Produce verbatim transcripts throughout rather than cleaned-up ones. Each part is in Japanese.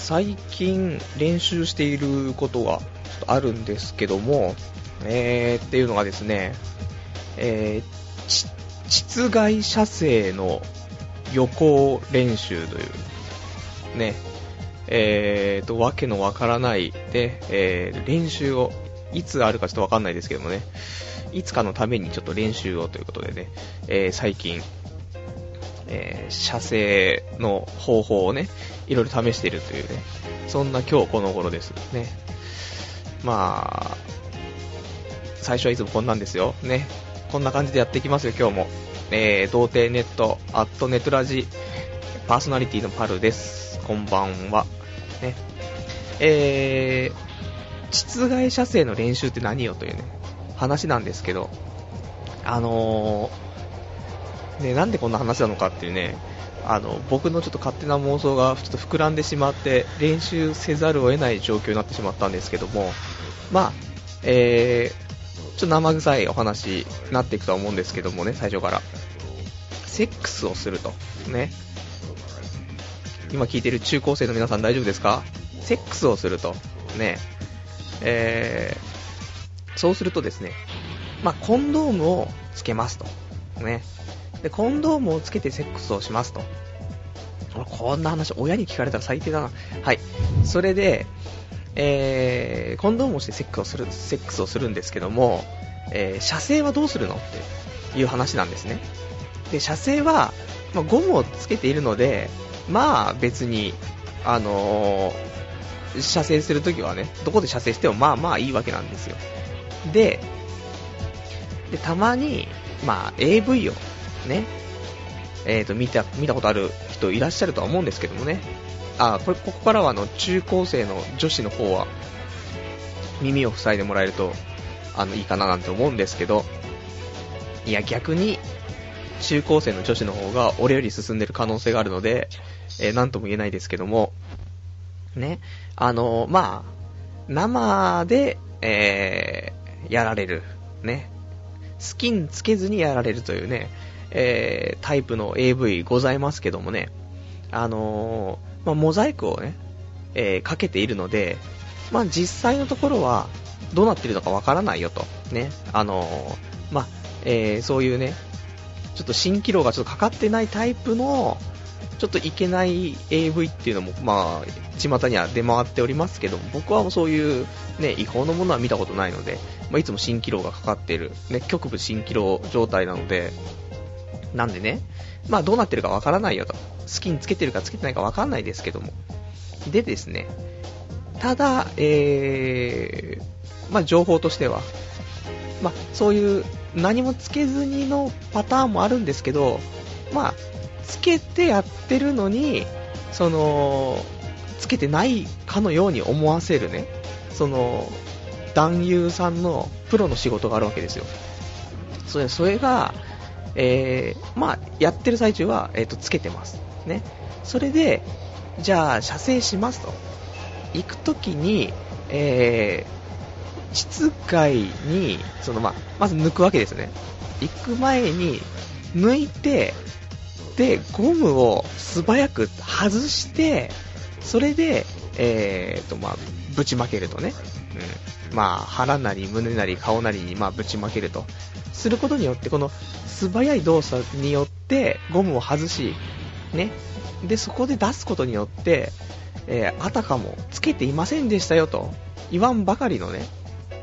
最近練習していることがちょっとあるんですけども、えー、っていうのがですね、えー、ち膣外射精の予行練習というね、えーとわけのわからないで、えー、練習をいつあるかちょっとわかんないですけどもね、いつかのためにちょっと練習をということでね、えー、最近、えー、射精の方法をね、いろいろ試しているというね、そんな今日この頃ですね。まあ最初はいつもこんなんですよね。こんな感じでやっていきますよ今日も。えー、童貞ネットアットネトラジパーソナリティのパルです。こんばんはね。えー、膣外射精の練習って何よというね話なんですけど、あのー、ね、なんでこんな話なのかっていうね、あの僕のちょっと勝手な妄想がちょっと膨らんでしまって練習せざるを得ない状況になってしまったんですけども、まあ、えー、ちょっと生臭いお話になっていくとは思うんですけどもね、最初からセックスをするとね、今聞いてる中高生の皆さん大丈夫ですか？セックスをするとね、えー、そうするとですね、まあコンドームをつけますとね、でコンドームをつけてセックスをしますと。こんな話親に聞かれたら最低だな。はい。それで、えー、コンドームをしてセックスをするセックスをするんですけども、えー、射精はどうするのっていう話なんですね。で射精は、まあ、ゴムをつけているので、まあ別にあのー、射精するときはね、どこで射精してもまあまあいいわけなんですよ。で、でたまにまあ エーブイ をね、えーと見た見たことある人いらっしゃるとは思うんですけどもね。あ、これここからはあの中高生の女子の方は耳を塞いでもらえるとあのいいかななんて思うんですけど、いや逆に中高生の女子の方が俺より進んでる可能性があるので、えー、なんとも言えないですけどもね、あのー、まあ生で、えー、やられるね、スキンつけずにやられるというね、えー、タイプの エーブイ ございますけどもね、あのー、まあ、モザイクをね、えー、かけているので、まあ、実際のところはどうなっているのかわからないよとね、あのー、まあ、えー、そういうね、ちょっと蜃気楼がちょっとかかってないタイプのちょっといけない エーブイ っていうのもまあ巷には出回っておりますけども、僕はもうそういうね違法のものは見たことないので、まあ、いつも蜃気楼がかかっているね、局部蜃気楼状態なので、なんでね、まあどうなってるかわからないよと、スキンつけてるかつけてないかわかんないですけども、でですね、ただえー、まあ情報としては、まあそういう何もつけずにのパターンもあるんですけど、まあつけてやってるのに、そのつけてないかのように思わせるね、その男優さんのプロの仕事があるわけですよ。それ、それが、えー、まあやってる最中は、えーと、つけてますね。それでじゃあ射精しますと行くときに、えー、膣外にその、まあ、まず抜くわけですね。行く前に抜いて、でゴムを素早く外して、それで、えーとまあ、ぶちまけるとね、うん、まあ腹なり胸なり顔なりにまあぶちまけるとすることによって、この素早い動作によってゴムを外しね、でそこで出すことによって、えー、あたかもつけていませんでしたよと言わんばかりのね、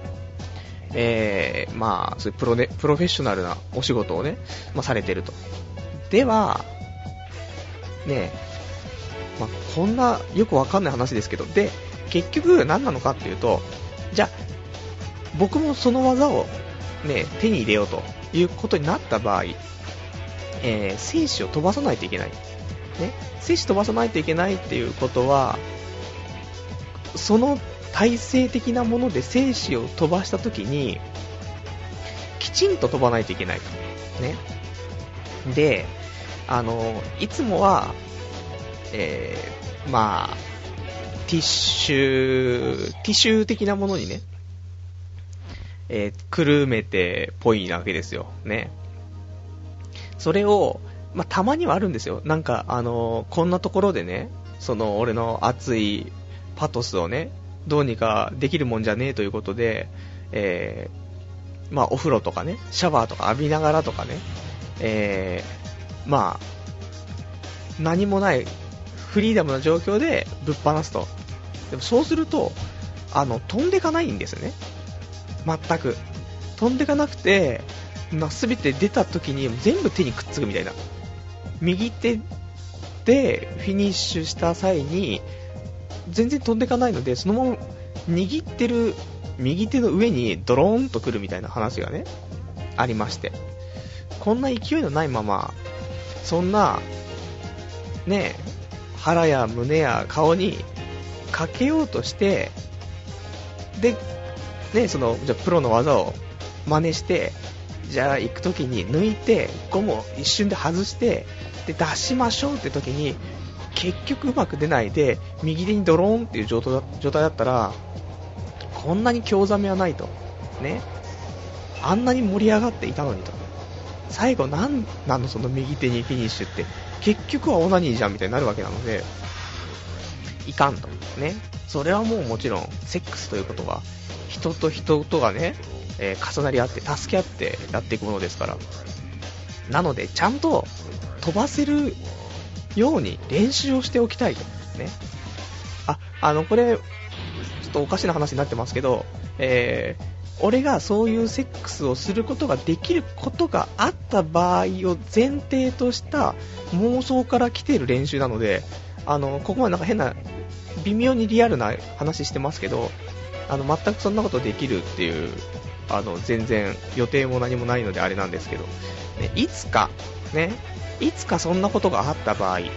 えー、まあそういうプロね、プロフェッショナルなお仕事をね、まあ、されてると。ではねえ、まあ、こんなよくわかんない話ですけど、で結局何なのかっていうと、じゃあ僕もその技をね手に入れようということになった場合、えー、精子を飛ばさないといけないね。精子飛ばさないといけないっていうことは、その体制的なもので精子を飛ばしたときにきちんと飛ばないといけないとね。で、あのいつもは、えー、まあティッシュティッシュ的なものにね、えー、くるめてポイなわけですよね。それを、まあ、たまにはあるんですよ。なんかあのこんなところでね、 その俺の熱いパトスをね、どうにかできるもんじゃねえということで、えー、まあお風呂とかね、シャワーとか浴びながらとかね、えー、まあ何もないフリーダムな状況でぶっ放すと。でもそうすると、あの飛んでかないんですよね。全く飛んでかなくて、まあ、全て出た時に全部手にくっつくみたいな。右手でフィニッシュした際に全然飛んでかないので、そのまま握ってる右手の上にドローンとくるみたいな話がねありまして、こんな勢いのないまま、そんなね腹や胸や顔にかけようとして、でね、そのじゃあプロの技を真似して、じゃあ行くときに抜いてゴムを一瞬で外してで出しましょうって時に結局うまく出ないで右手にドローンっていう状態だったら、こんなに興ざめはないとね、あんなに盛り上がっていたのにと、最後なんなのその右手にフィニッシュって、結局はオナニーじゃんみたいになるわけなので、いかんとね。それはもうもちろんセックスということは人と人とがね、えー、重なり合って助け合ってやっていくものですから、なのでちゃんと飛ばせるように練習をしておきたいとね。あ、あのこれちょっとおかしな話になってますけど、えー、俺がそういうセックスをすることができることがあった場合を前提とした妄想から来ている練習なので、あのここまでなんか変な微妙にリアルな話してますけど、あの全くそんなことできるっていう、あの全然予定も何もないのであれなんですけど、ね、いつかね、いつかそんなことがあった場合ね、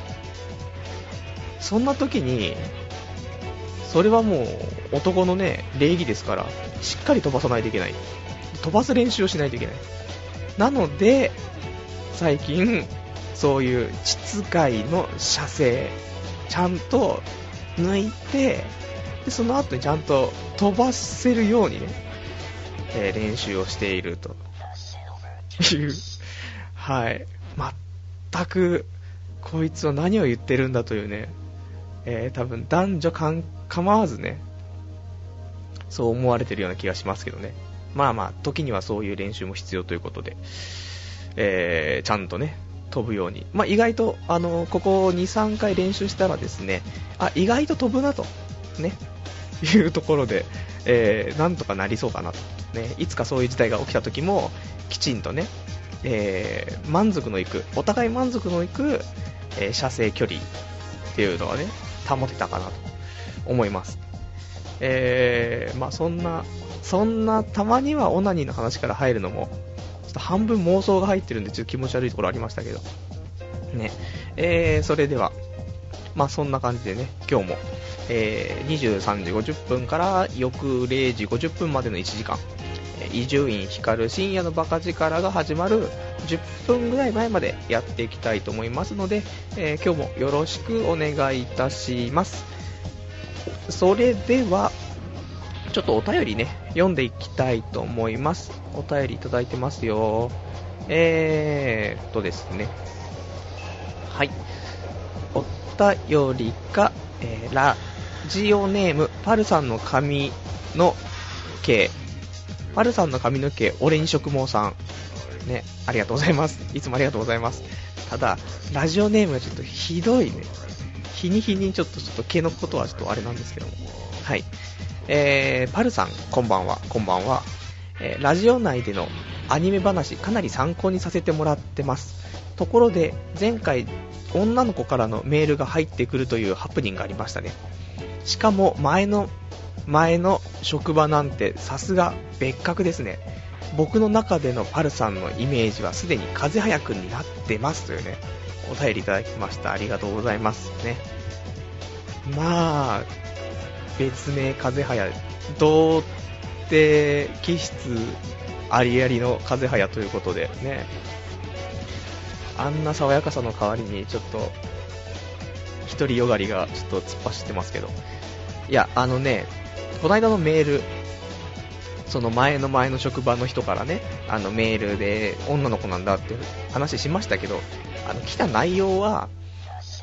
そんな時にそれはもう男のね礼儀ですから、しっかり飛ばさないといけない、飛ばす練習をしないといけない。なので最近そういう膣外の射精ちゃんと抜いて、でその後にちゃんと飛ばせるようにね、えー、練習をしているというはい、全くこいつは何を言ってるんだというね、えー、多分男女かん構わずね、そう思われてるような気がしますけどね。まあまあ時にはそういう練習も必要ということで、えー、ちゃんとね飛ぶように、まあ、意外とあのここ にさんかい練習したらですね、あ意外と飛ぶなとねいうところで、えー、なんとかなりそうかなと、ね、いつかそういう事態が起きた時もきちんとね、えー、満足のいくお互い満足のいく、えー、射精距離っていうのはね保てたかなと思います。えー、まあそんなそんなたまにはオナニーの話から入るのもちょっと半分妄想が入ってるんでちょっと気持ち悪いところありましたけどね。えー、それではまあそんな感じでね、今日も、えー、にじゅうさんじごじゅっぷんから翌れいじごじゅっぷんまでのいちじかん、伊集院光深夜のバカ力が始まるじゅっぷんぐらい前までやっていきたいと思いますので、えー、今日もよろしくお願いいたします。それではちょっとお便りね読んでいきたいと思います。お便りいただいてますよ。えーっとですねはいお便りが、えー、ラジオネームパルさんの髪の毛、パルさんの髪の毛俺に植毛さんね、ありがとうございます。いつもありがとうございます。ただラジオネームがちょっとひどいね、日に日にちょっとちょっと毛のことはちょっとあれなんですけども、はい、えー、パルさんこんばんは。こんばんは、えー、ラジオ内でのアニメ話かなり参考にさせてもらってます。ところで前回女の子からのメールが入ってくるというハプニングがありましたね。しかも前の前の職場なんてさすが別格ですね。僕の中でのパルさんのイメージはすでに風早くんになってますというねお便りいただきました。ありがとうございますね。まあ別名風早、童貞気質ありありの風早ということでね、あんな爽やかさの代わりにちょっと独りよがりがちょっと突っ走ってますけど、いやあのね、この間のメール、その前の前の職場の人からね、あのメールで女の子なんだって話しましたけど、あの来た内容は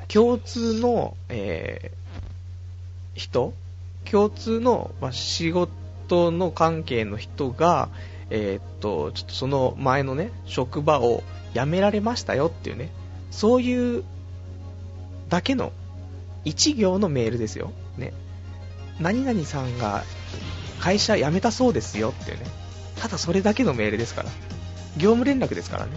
共通の、えー、人共通の、まあ、仕事の関係の人が、えー、っと、ちょっとその前のね、職場を辞められましたよっていうね、そういうだけの一行のメールですよ。ね。何々さんが会社辞めたそうですよっていうね。ただそれだけのメールですから。業務連絡ですからね。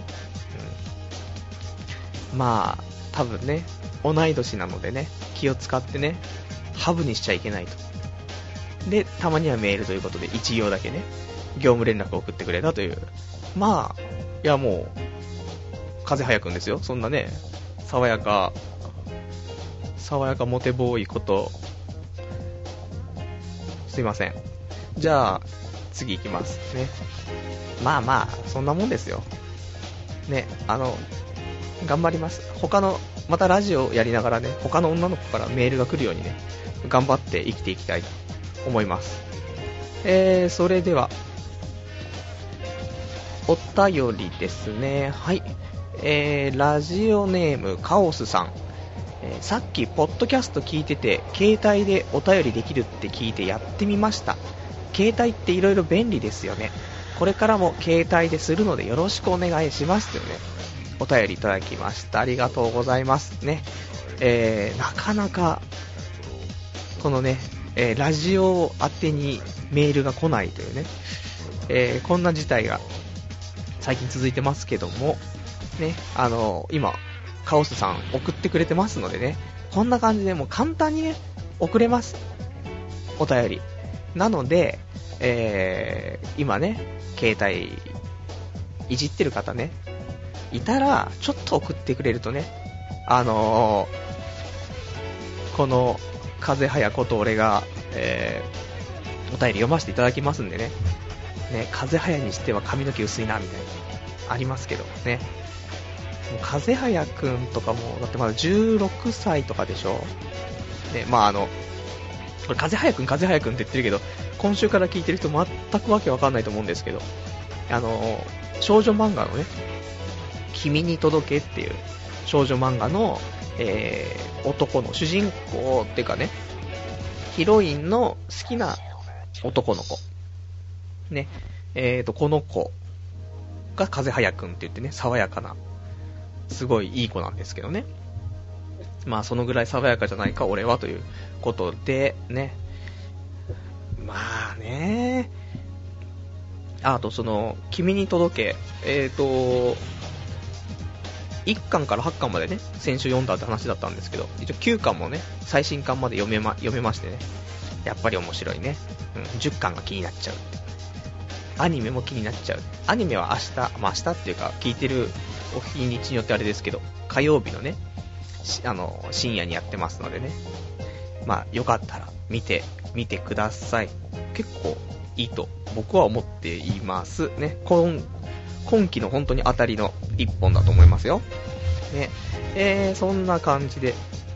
うん、まあ、多分ね、同い年なのでね、気を使ってね、ハブにしちゃいけないと。で、たまにはメールということで一行だけね、業務連絡を送ってくれたという。まあ、いやもう、風早くんですよ。そんなね、爽やか、爽やかモテボーイこと、すいません。じゃあ、次行きますね。まあまあ、そんなもんですよ。ね、あの、頑張ります。他の、またラジオやりながらね、他の女の子からメールが来るようにね、頑張って生きていきたいと思います。えー、それでは、お便りですね。はい。えー、ラジオネームカオスさん。えー、さっきポッドキャスト聞いてて、携帯でお便りできるって聞いてやってみました。携帯って色々便利ですよね。これからも携帯でするのでよろしくお願いしますというね、お便りいただきました。ありがとうございますね。えー、なかなかこのね、えー、ラジオ宛てにメールが来ないというね、えー、こんな事態が最近続いてますけどもね、あのー、今カオスさん送ってくれてますのでね、こんな感じでもう簡単にね送れます、お便りなので、えー、今ね携帯いじってる方ねいたらちょっと送ってくれるとね、あのー、この風早こと俺が、えー、お便り読ませていただきますんでね、ね、風早にしては髪の毛薄いなみたいなありますけどね、もう風早くんとかもだってまだじゅうろくさいとかでしょね。まああのこれ風早くん風早くんって言ってるけど、今週から聞いてる人全くわけわかんないと思うんですけど、あの少女漫画のね君に届けっていう少女漫画の、えー、男の主人公っていうかね、ヒロインの好きな男の子ね、えーとこの子が風早くんって言ってね、爽やかなすごいいい子なんですけどね。まあそのぐらい爽やかじゃないか俺はということでね。まあね、あとその君に届け、えーといっかんからはっかんまでね先週読んだって話だったんですけど、一応きゅうかんもね最新刊まで読めま読めましてね、やっぱり面白いね、うん、じゅっかんが気になっちゃう。アニメも気になっちゃう。アニメは明日、まあ明日っていうか聞いてるお日にちによってあれですけど、火曜日のねあの深夜にやってますのでね、まあよかったら見てみてください。結構いいと僕は思っていますね。今今期の本当に当たりの一本だと思いますよね。えー、そんな感じで、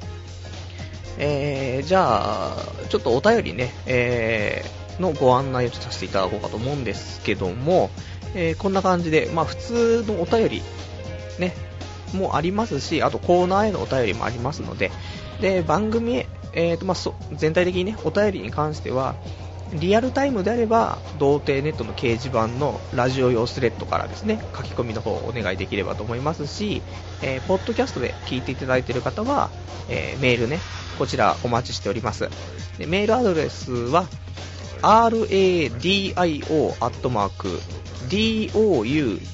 えー、じゃあちょっとお便りね、えー、のご案内をさせていただこうかと思うんですけども、えー、こんな感じで、まあ普通のお便りねもありますし、あとコーナーへのお便りもありますので、で番組へ、えーとまあ、そ全体的にねお便りに関してはリアルタイムであれば童貞ネットの掲示板のラジオ用スレッドからですね書き込みの方をお願いできればと思いますし、えー、ポッドキャストで聞いていただいている方は、えー、メールねこちらお待ちしております。でメールアドレスは ラディオ アットマーク ド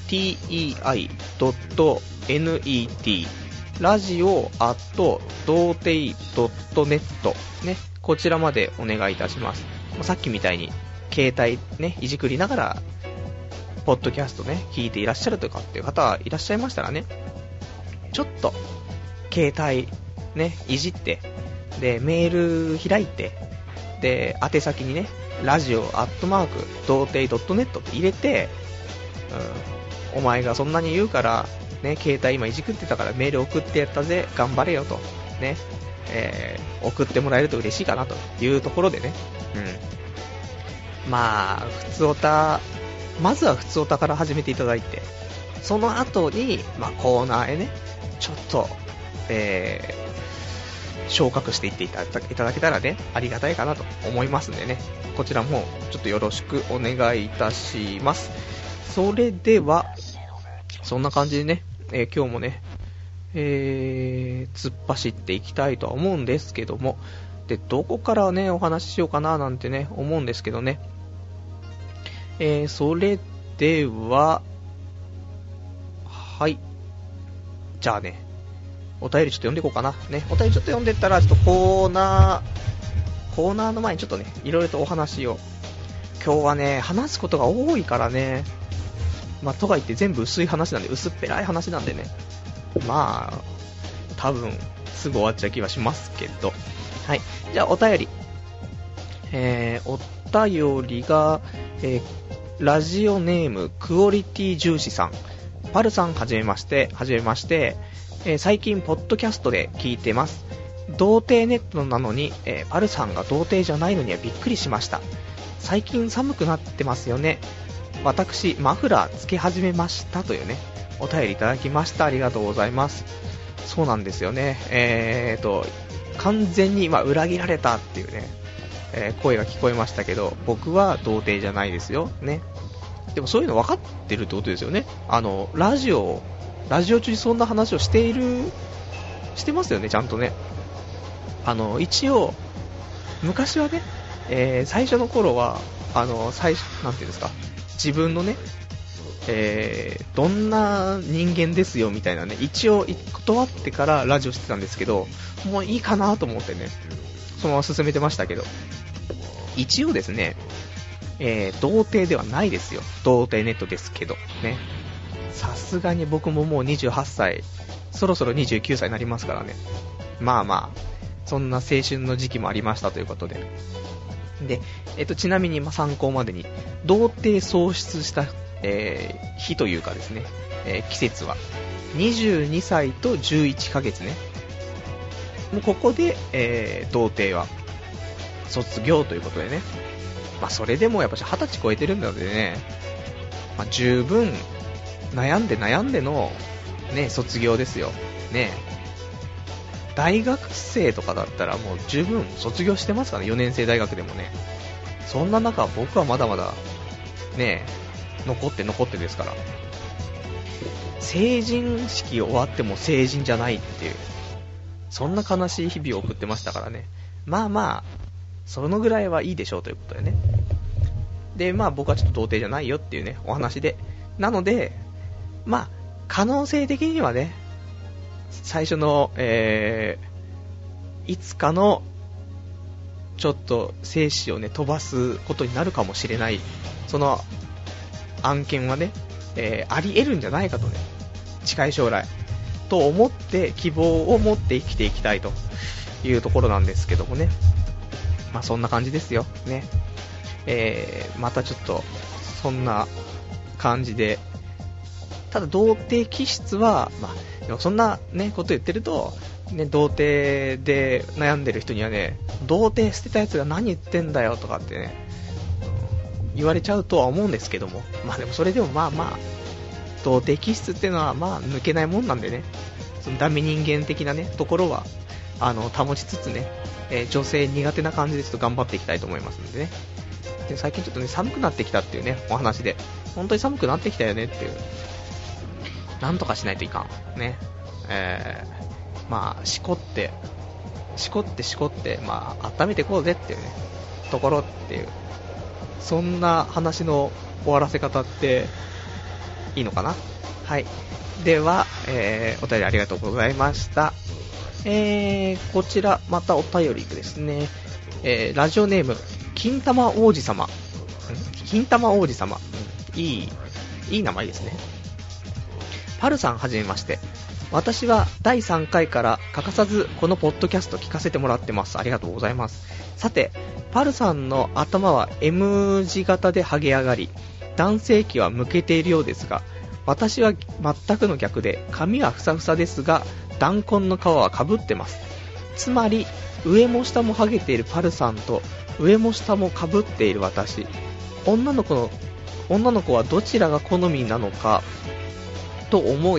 ゥティラジオ アット 童貞 ドットネット ね、こちらまでお願いいたします。さっきみたいに携帯ねいじくりながらポッドキャストね聞いていらっしゃるとかっていう方いらっしゃいましたらね、ちょっと携帯ねいじってでメール開いてで宛先にねラジオアットマーク童貞 ドットネット って入れて、うん、お前がそんなに言うからね携帯今いじくってたからメール送ってやったぜ頑張れよとね、えー、送ってもらえると嬉しいかなというところでね、うん、まあ普通おたまずは普通おたから始めていただいて、その後に、まあ、コーナーへねちょっと、え昇格していっていただいただけたらね、ありがたいかなと思いますんでね、こちらもちょっとよろしくお願いいたします。それでは、そんな感じでね、えー、今日もね、えー、突っ走っていきたいとは思うんですけども、で、どこからね、お話ししようかななんてね、思うんですけどね、えー、それでは、はい。じゃあね、お便りちょっと読んでいこうかな。ね、お便りちょっと読んでったら、ちょっとコーナー、コーナーの前にちょっとね、いろいろとお話を。今日はね、話すことが多いからね、まあ、とか言って全部薄い話なんで、薄っぺらい話なんでね、まあ、多分、すぐ終わっちゃう気はしますけど。はい。じゃあ、お便り。えー、お便りが、えー、ラジオネーム、クオリティ重視さん。パルさん、はじめまして、はじめまして。えー、最近、ポッドキャストで聞いてます。童貞ネットなのに、えー、パルさんが童貞じゃないのにはびっくりしました。最近寒くなってますよね。私、マフラーつけ始めましたというね、お便りいただきました。ありがとうございます。そうなんですよね。えーと、完全に今裏切られたっていうね、えー、声が聞こえましたけど、僕は童貞じゃないですよ。ね。でもそういうの分かってるってことですよね。あの、ラジオ、ラジオ中にそんな話をしている、してますよね、ちゃんとね。あの、一応、昔はね、えー、最初の頃は、あの、最初、なんていうんですか、自分のね、えー、どんな人間ですよみたいなね、一応断ってからラジオしてたんですけど、もういいかなと思ってね、そのまま進めてましたけど、一応ですね、えー、童貞ではないですよ。童貞ネットですけどね。さすがに僕ももうにじゅうはっさい、そろそろにじゅうきゅうさいになりますからね。まあまあ、そんな青春の時期もありましたということで。で、えっと、ちなみに参考までに、童貞喪失した、えー、日というかですね、えー、季節は、にじゅうにさいとじゅういっかげつね。もうここで、えー、童貞は、卒業ということでね。まあ、それでもやっぱしはたち超えてるのでね、まあ、十分悩んで悩んでのね卒業ですよね。大学生とかだったらもう十分卒業してますからね、よねん生大学でもね。そんな中僕はまだまだね残って残ってですから、成人式終わっても成人じゃないっていう、そんな悲しい日々を送ってましたからね。まあまあそのぐらいはいいでしょうということでね。で、まあ僕はちょっと童貞じゃないよっていうね、お話で。なので、まあ、可能性的にはね、最初の、えー、いつかの、ちょっと精子をね、飛ばすことになるかもしれない、その案件はね、えー、あり得るんじゃないかとね、近い将来、と思って希望を持って生きていきたいというところなんですけどもね。まあそんな感じですよね。えー、またちょっとそんな感じで、ただ童貞気質は、まあでもそんなねこと言ってるとね、童貞で悩んでる人にはね、童貞捨てたやつが何言ってんだよとかってね言われちゃうとは思うんですけども、まあでもそれでもまあまあ童貞気質っていうのはまあ抜けないもんなんでね、そのダメ人間的なねところはあの保ちつつね、えー、女性苦手な感じでちょっと頑張っていきたいと思いますのでね。で最近ちょっとね寒くなってきたっていうねお話で、本当に寒くなってきたよねっていう、なんとかしないといかんね。えー、まあしこってしこってしこってまあ温めていこうぜっていうねところっていう、そんな話の終わらせ方っていいのかな。はい、では、えー、お便りありがとうございました。えー、こちらまたお便りですね。えー、ラジオネーム金玉王子様、金玉王子様、うん、いいいい名前ですね。パルさんはじめまして。私はだいさんかいから欠かさずこのポッドキャスト聞かせてもらってます。ありがとうございます。さて、パルさんの頭は M 字型で剥げ上がり、男性器は向けているようですが、私は全くの逆で、髪はふさふさですが弾痕の皮はかぶってます。つまり上も下も剥げているパルさんと上も下もかぶっている私、女の子の女の子はどちらが好みなのかと思い、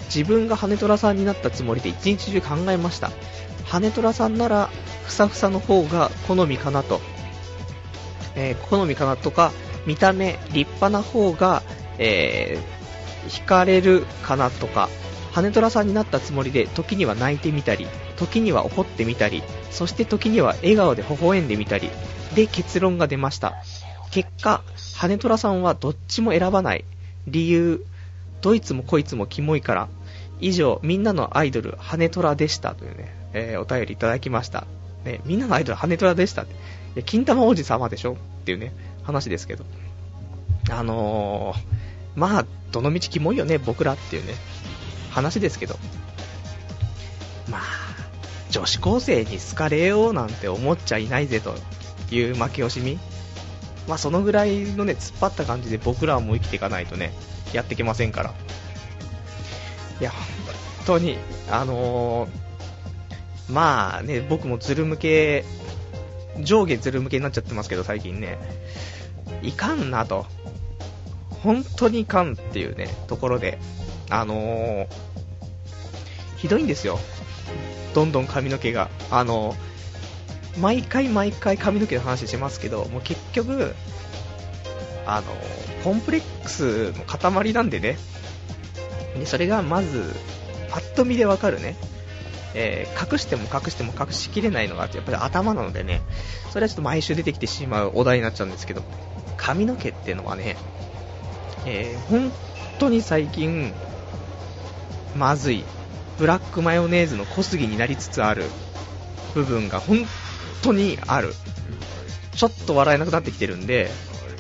自分が羽虎さんになったつもりで一日中考えました。羽虎さんならふさふさの方が好みかなと、えー、好みかなとか、見た目立派な方が、えー、惹かれるかなとか、羽虎さんになったつもりで時には泣いてみたり、時には怒ってみたり、そして時には笑顔で微笑んでみたりで結論が出ました。結果、羽虎さんはどっちも選ばない。理由、どいつもこいつもキモいから。以上、みんなのアイドル羽虎でしたというね、えー、お便りいただきました、ね、みんなのアイドル羽虎でしたって、いや金玉王子様でしょっていうね話ですけど、あのー、まあどのみちキモいよね僕らっていうね話ですけど、まあ女子高生に好かれようなんて思っちゃいないぜという負け惜しみ、まあそのぐらいのね突っ張った感じで僕らも生きていかないとねやっていけませんから。いや本当にあのー、まあね僕もズル向け上下ズル向けになっちゃってますけど最近ねいかんなと、本当にいかんっていうねところで、あのー、ひどいんですよ。どんどん髪の毛があのー、毎回毎回髪の毛の話しますけど、もう結局あのー、コンプレックスの塊なんでね。でそれがまずパッと見でわかるね、えー、隠しても隠しても隠しきれないのがやっぱり頭なのでね、それはちょっと毎週出てきてしまうお題になっちゃうんですけど、髪の毛っていうのはね、えー、本当に最近まずい、ブラックマヨネーズの小杉になりつつある部分が本当にある。ちょっと笑えなくなってきてるんで、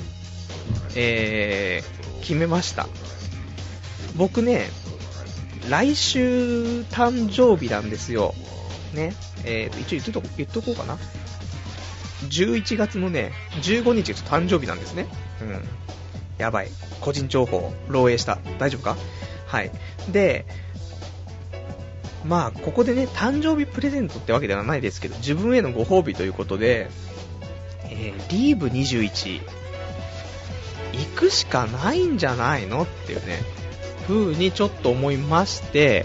えー、決めました。僕ね来週誕生日なんですよね、えーと一応言っとこ言っとこうかな。じゅういちがつのねじゅうごにちが誕生日なんですね。うんやばい、個人情報漏洩した、大丈夫か。はいでまあここでね誕生日プレゼントってわけではないですけど、自分へのご褒美ということで、えー、リーブにじゅういち行くしかないんじゃないのっていうね風にちょっと思いまして、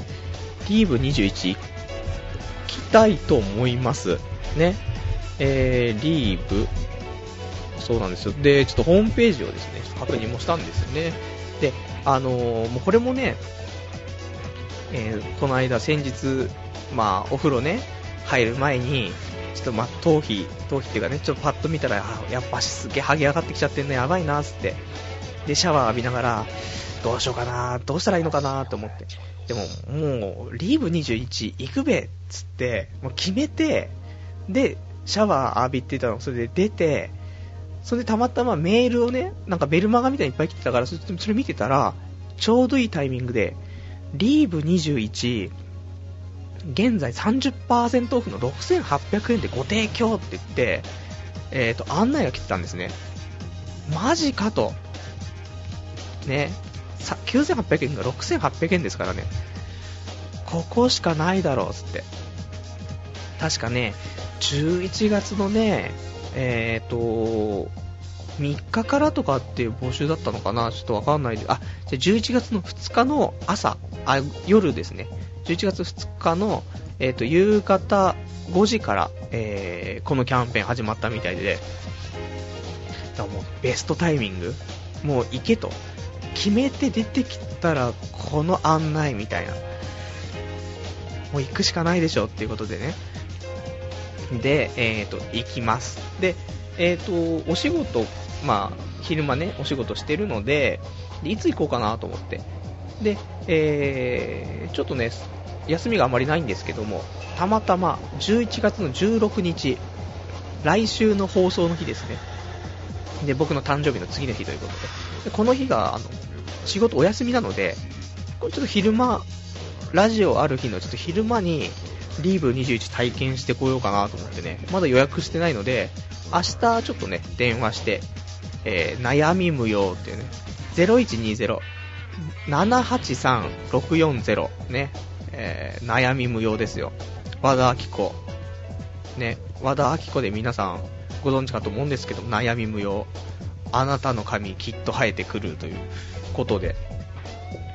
リーブにじゅういち行きたいと思いますね。えー、リーブそうなんですよ。でちょっとホームページをですね確認もしたんですよね。であのー、もうこれもね、えー、この間先日まあお風呂ね入る前にちょっとまあ頭皮頭皮っていうかねちょっとパッと見たら、あやっぱすげえハゲ上がってきちゃってんね、やばいなーっつって、でシャワー浴びながらどうしようかな、どうしたらいいのかなと思って、でももうリーブにじゅういち行くべっつってもう決めて、でシャワー浴びてたの、それで出て、それでたまたまメールをねなんかベルマガみたいにいっぱい来てたから、それ、それ見てたらちょうどいいタイミングでリーブにじゅういち現在 さんじゅっパーセント オフのろくせんはっぴゃくえんでご提供って言って、えーと案内が来てたんですね。マジかとね、きゅうせんはっぴゃくえんがろくせんはっぴゃくえんですからね、ここしかないだろうっつって、確かねじゅういちがつのねえーとみっかからとかっていう募集だったのかな、ちょっとわかんないで、あじゃあじゅういちがつのふつかの朝、あ夜ですね、じゅういちがつふつかの、えーと夕方ごじから、えー、このキャンペーン始まったみたいで、だからもうベストタイミング、もう行けと決めて出てきたらこの案内みたいな、もう行くしかないでしょっていうことでね、で、えーと行きます。で、えーとお仕事、まあ昼間ねお仕事してるので、でいつ行こうかなと思って、で、えー、ちょっとね休みがあまりないんですけども、たまたまじゅういちがつのじゅうろくにち、来週の放送の日ですね。で僕の誕生日の次の日ということで、でこの日があの仕事お休みなので、これちょっと昼間ラジオある日のちょっと昼間にリーブにじゅういち体験してこようかなと思ってね、まだ予約してないので明日ちょっとね電話して、えー、悩み無用っていうね ゼロいちにゼロ ななはちさん ろくよんゼロ ね、えー、悩み無用ですよ。和田アキ子ね、和田アキ子で皆さんご存知かと思うんですけど、悩み無用、あなたの髪きっと生えてくるということで、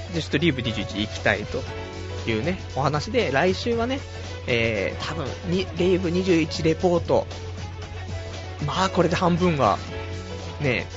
で、ちょっとリーブにじゅういち行きたいというね、お話で、来週はね、えー、多分に、リーブにじゅういちレポート、まあこれで半分は、ね、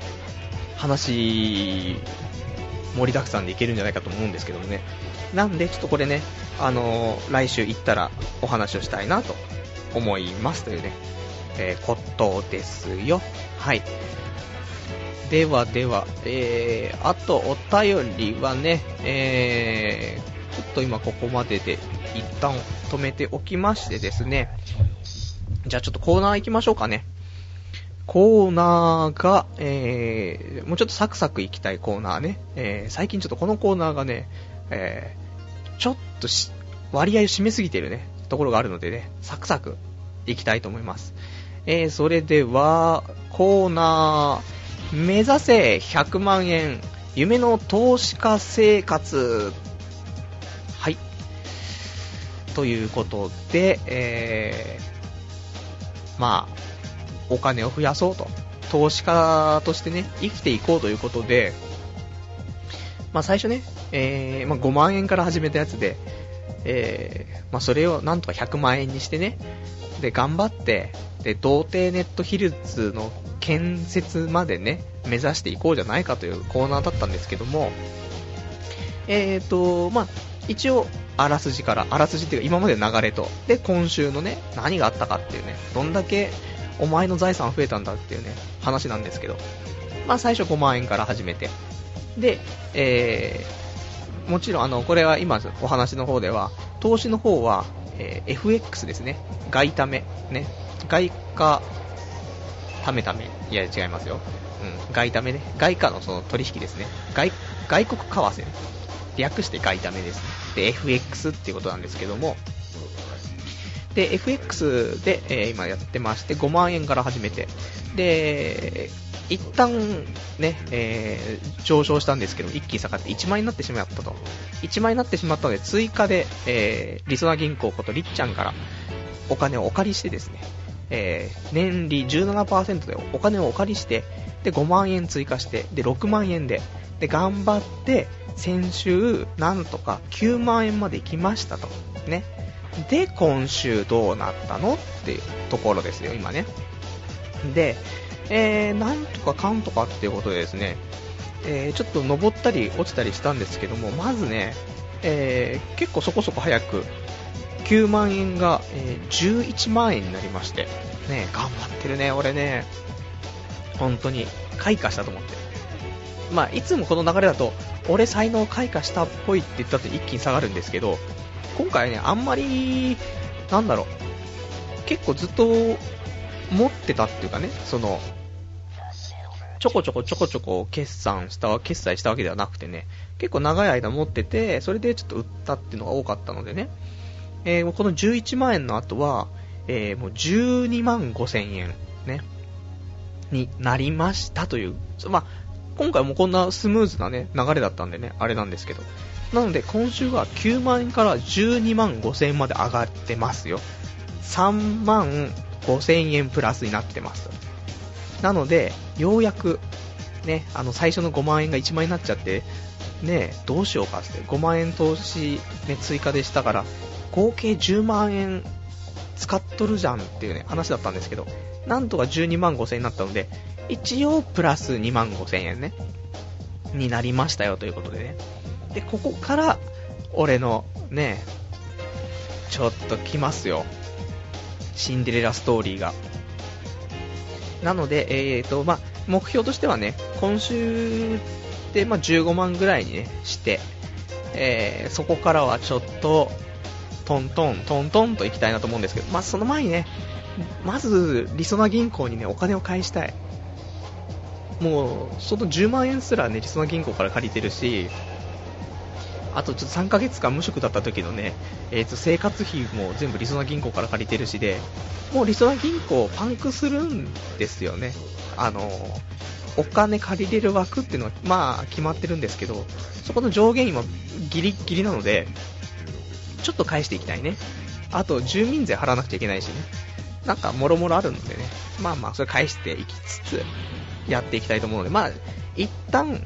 話、盛りだくさんでいけるんじゃないかと思うんですけどもね。なんで、ちょっとこれね、あのー、来週行ったらお話をしたいなと思いますというね、えー、ことですよ。はい。ではでは、えー、あとお便りはね、えー、ちょっと今ここまでで一旦止めておきましてですね、じゃあちょっとコーナー行きましょうかね。コーナーが、えー、もうちょっとサクサク行きたいコーナーね、えー、最近ちょっとこのコーナーがね、えー、ちょっとし割合を占めすぎてるね、ところがあるのでね、サクサク行きたいと思います。えー、それでは、コーナー、目指せひゃくまんえん夢の投資家生活。はい、ということで、えー、まあお金を増やそうと、投資家としてね生きていこうということで、まあ最初ね、えーまあ、ごまんえんから始めたやつで、えーまあ、それをなんとかひゃくまんえんにしてね、で頑張って、で童貞ネットヒルズの建設までね目指していこうじゃないかというコーナーだったんですけども、えーとまあ一応あらすじからあらすじっていうか今までの流れと、で今週のね何があったかっていうね、どんだけお前の財産増えたんだっていうね話なんですけど、まあ最初ごまんえんから始めて、で、えー、もちろんあのこれは今お話の方では投資の方は、えー、エフエックス ですね、外為ね、外貨ためため、いや違いますよ、うん、外為ね、外貨のその取引ですね、外外国為替ね、略して外為ですね、で エフエックス っていうことなんですけども、で エフエックス で、えー、今やってまして、ごまんえんから始めて、で一旦ね、えー、上昇したんですけど一気に下がっていちまんえんになってしまったと、いちまんえんになってしまったので追加で、えー、りそな銀行ことりっちゃんからお金をお借りしてですね、えー、年利 じゅうななパーセント でお金をお借りして、でごまんえん追加して、でろくまんえんで、で頑張って先週なんとかきゅうまんえんまで行きましたとね。で今週どうなったのっていうところですよ今ね。で、えー、なんとかかんとかっていうことでですね、えー、ちょっと登ったり落ちたりしたんですけども、まずね、えー、結構そこそこ早くきゅうまんえんが、えー、じゅういちまんえんになりましてね、頑張ってるね俺ね、本当に開花したと思って、まあいつもこの流れだと俺才能開花したっぽいって言ったって一気に下がるんですけど、今回ねあんまりなんだろう、結構ずっと持ってたっていうかね、そのちょこちょこちょこちょこ決算した決済したわけではなくてね、結構長い間持ってて、それでちょっと売ったっていうのが多かったのでね、えー、このじゅういちまんえんの後は、えー、もうじゅうにまんごせんえんねになりましたという、まあ今回もこんなスムーズなね流れだったんでねあれなんですけど、なので今週はきゅうまんえんからじゅうにまんごせんえんまで上がってますよ。さんまんごせんえんプラスになってます。なのでようやくね、あの最初のごまんえんがいちまんえんになっちゃってね、どうしようかってごまんえん投資、ね、追加でしたから合計じゅうまんえん使っとるじゃんっていうね話だったんですけど、なんとかじゅうにまんごせんえんになったので一応プラスにまんごせんえんねになりましたよということでね。でここから俺のねちょっと来ますよ、シンデレラストーリーが。なので、えーとまあ、目標としてはね今週で、まあ、じゅうごまんぐらいに、ね、して、えー、そこからはちょっとトントントントンといきたいなと思うんですけど、まあ、その前にねまずりそな銀行にねお金を返したい。もうそのじゅうまんえんすらねりそな銀行から借りてるし、あとちょっとさんかげつかん無職だった時のね、えー、と生活費も全部りそな銀行から借りてるしで、もうりそな銀行パンクするんですよね。あのお金借りれる枠っていうのはまあ決まってるんですけど、そこの上限今ギリギリなのでちょっと返していきたいね。あと住民税払わなくちゃいけないしね、なんかもろもろあるのでね、まあまあそれ返していきつつやっていきたいと思うので、まあ一旦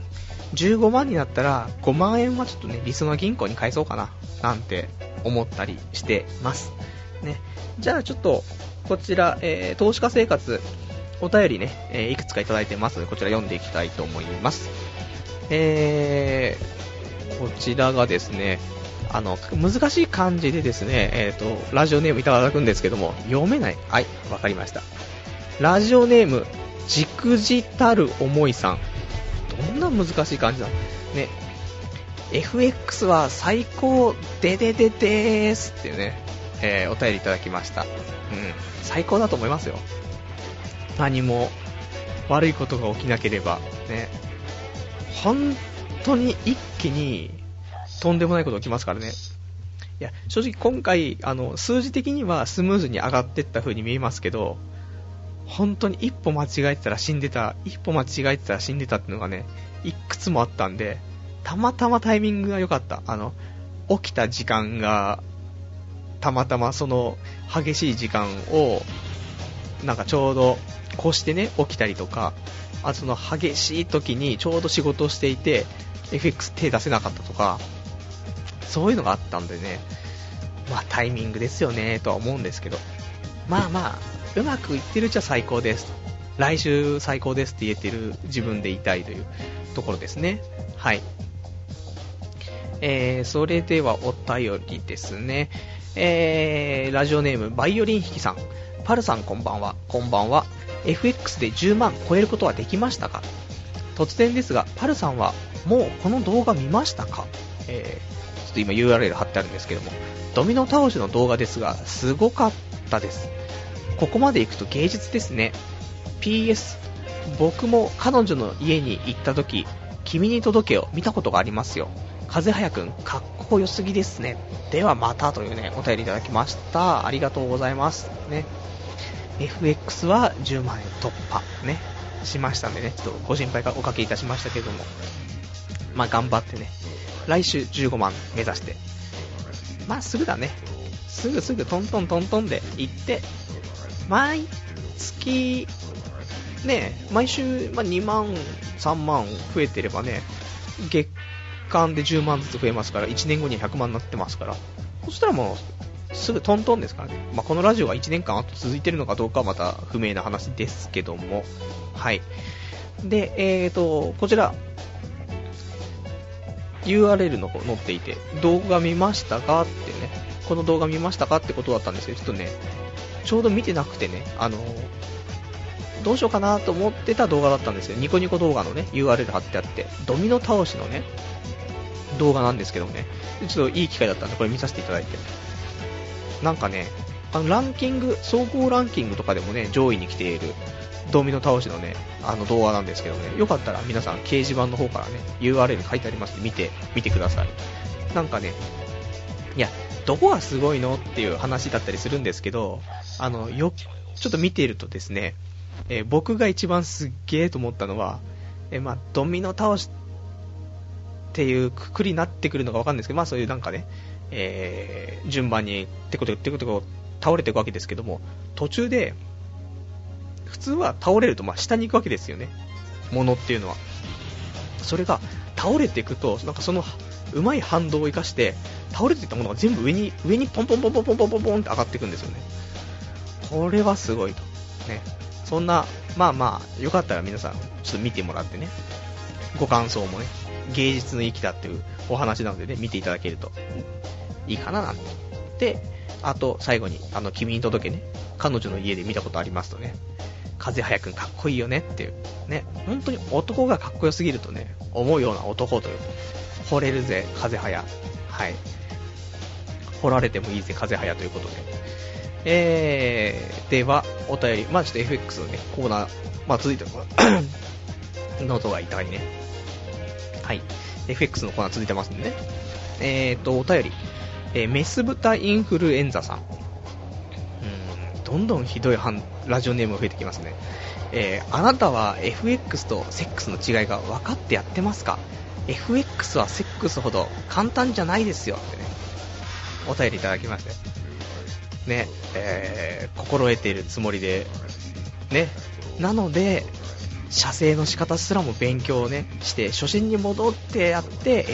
じゅうごまんになったらごまんえんはちょっとね、りそな銀行に返そうかななんて思ったりしてますね。じゃあちょっとこちら、えー、投資家生活お便りね、えー、いくつかいただいてますので、こちら読んでいきたいと思います。えー、こちらがですね、あの難しい漢字でですね、えーとラジオネームいただくんですけども、読めない。はい、わかりました。ラジオネームじくじたる思いさん。どんな難しい漢字だね。エフエックス は最高ででででーすっていうね、えー、お便りいただきました。うん、最高だと思いますよ。何も悪いことが起きなければね、本当に一気にとんでもないこと起きますからね。いや、正直今回あの数字的にはスムーズに上がっていった風に見えますけど、本当に一歩間違えてたら死んでた、一歩間違えてたら死んでたっていうのがね、いくつもあったんで、たまたまタイミングが良かった。あの起きた時間がたまたまその激しい時間をなんかちょうどこうしてね起きたりとか、あとその激しい時にちょうど仕事をしていて エフエックス 手出せなかったとか、そういうのがあったんでね、まあタイミングですよねとは思うんですけど、まあまあうまくいってるうちは最高です、来週最高ですって言えてる自分でいたいというところですね。はい、えー、それではお便りですね。えー、ラジオネームバイオリン弾きさん。パルさんこんばんは。こんばんは。 エフエックス でじゅうまん超えることはできましたか？突然ですが、パルさんはもうこの動画見ましたか？えー、ちょっと今 ユーアールエル 貼ってあるんですけども、ドミノ倒しの動画ですがすごかったです。ここまで行くと芸術ですね。 ピーエス 僕も彼女の家に行った時、君に届けを見たことがありますよ。風早くんかっこよすぎですね。ではまたというねお便りいただきました。ありがとうございますね。 エフエックス はじゅうまんえん突破ねしましたんでね、ちょっとご心配おかけいたしましたけれども、まあ頑張ってね、来週じゅうごまん目指して、まあすぐだね、すぐすぐトントントントンで行って、毎月ね、毎週、まあ、にまんさんまん増えてればね、月間でじゅうまんずつ増えますから、いちねんごにひゃくまんになってますから、そしたらもうすぐトントンですからね。まあ、このラジオがいちねんかん後続いてるのかどうかはまた不明な話ですけども、はい。で、えーとこちら ユーアールエル の方載っていて、動画見ましたかってね、この動画見ましたかってことだったんですけど、ちょっとねちょうど見てなくてね、あのどうしようかなと思ってた動画だったんですよ。ニコニコ動画のね ユーアールエル 貼ってあって、ドミノ倒しのね動画なんですけどもね、ちょっといい機会だったんでこれ見させていただいて、なんかね、あのランキング、総合ランキングとかでもね上位に来ているドミノ倒しのねあの動画なんですけどね、よかったら皆さん掲示板の方からね ユーアールエル 書いてありますので見てみてください。なんかね、いやどこがすごいのっていう話だったりするんですけど、あのよちょっと見ているとですね、えー、僕が一番すっげーと思ったのは、えーまあ、ドミノ倒しっていうくくりになってくるのかわかんないですけど、まあそういうなんかね、えー、順番にテコテコテコテコ倒れていくわけですけども、途中で普通は倒れるとまあ下に行くわけですよね、ものっていうのは。それが倒れていくと、なんかそのうまい反動を生かして倒れていったものが全部上に上にポンポンポンポンポンポンポンポンって上がっていくんですよね。これはすごいとね。そんな、まあまあよかったら皆さんちょっと見てもらってね、ご感想もね、芸術の域だっていうお話なのでね、見ていただけるといいかななんて。で、あと最後にあの君に届けね、彼女の家で見たことありますとね、風早くんかっこいいよねっていうね、本当に男がかっこよすぎるとね思うような男という、惚れるぜ風早、はい、惚られてもいいぜ風早ということで、えー、ではお便り、まあちょっと エフエックス のねコーナー、まあ続いてノートがいたいね、はい、 エフエックス のコーナー続いてますんでね、えーとお便り、えー、メス豚インフルエンザさん、うーんどんどんひどいラジオネームが増えてきますね。えー、あなたは エフエックス とセックスの違いが分かってやってますか？ エフエックス はセックスほど簡単じゃないですよってねお便りいただきましてね、えー、心得ているつもりでね、なので写生の仕方すらも勉強をねして初心に戻ってやって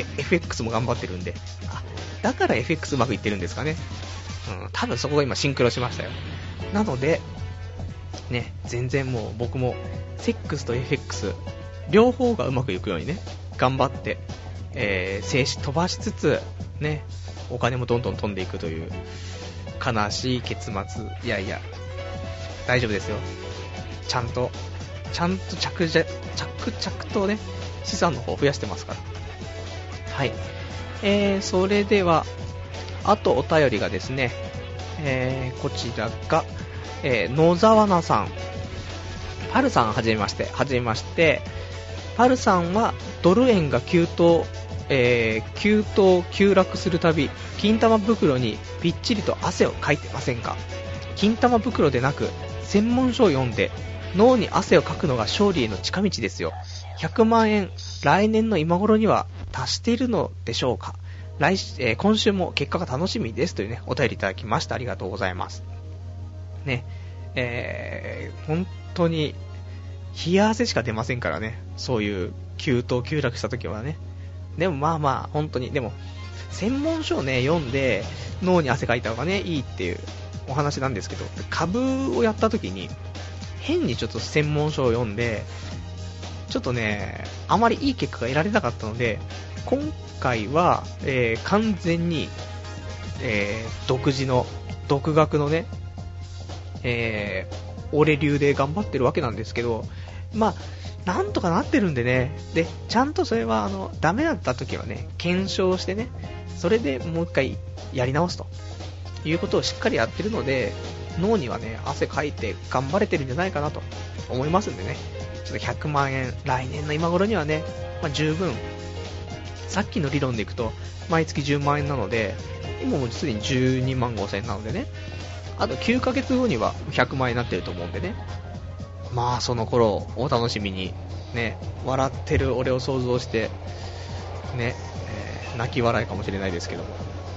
エフエックス も頑張ってるんで、あ、だから エフエックス うまくいってるんですかね。うん、多分そこが今シンクロしましたよ。なのでね、全然もう僕もセックスと エフエックス 両方がうまくいくようにね頑張って、えー、静止飛ばしつつね、お金もどんどん飛んでいくという悲しい結末。いやいや大丈夫ですよ。ちゃんとちゃんと着々着々とね資産の方を増やしてますから。はい、えー、それではあとお便りがですね、えー、こちらが、えー、野沢菜さん、パルさんはじめましてはじめまして。パルさんはドル円が急騰、えー、急騰急落するたび金玉袋にぴっちりと汗をかいてませんか。金玉袋でなく専門書を読んで脳に汗をかくのが勝利への近道ですよ。ひゃくまんえん来年の今頃には達しているのでしょうか。来、えー、今週も結果が楽しみですというねお便りいただきました。ありがとうございますね。えー、本当に冷や汗しか出ませんからね、そういう急騰急落した時はね。でもまあまあ本当にでも専門書をね読んで脳に汗かいた方がねいいっていうお話なんですけど、株をやった時に変にちょっと専門書を読んでちょっとねあまりいい結果が得られなかったので、今回は、えー、完全に、えー、独自の独学のね、えー、俺流で頑張ってるわけなんですけど、まあなんとかなってるんでね。でちゃんとそれはあのダメだった時はね検証してね、それでもう一回やり直すということをしっかりやってるので、脳にはね汗かいて頑張れてるんじゃないかなと思いますんでね。ちょっとひゃくまんえん来年の今頃にはね、まあ、十分、さっきの理論でいくと毎月じゅうまんえんなので、今もうすでにじゅうにまんごせんえんなのでね、あときゅうかげつごにはひゃくまんえんになってると思うんでね、まあその頃お楽しみにね、笑ってる俺を想像してね、えー、泣き笑いかもしれないですけども、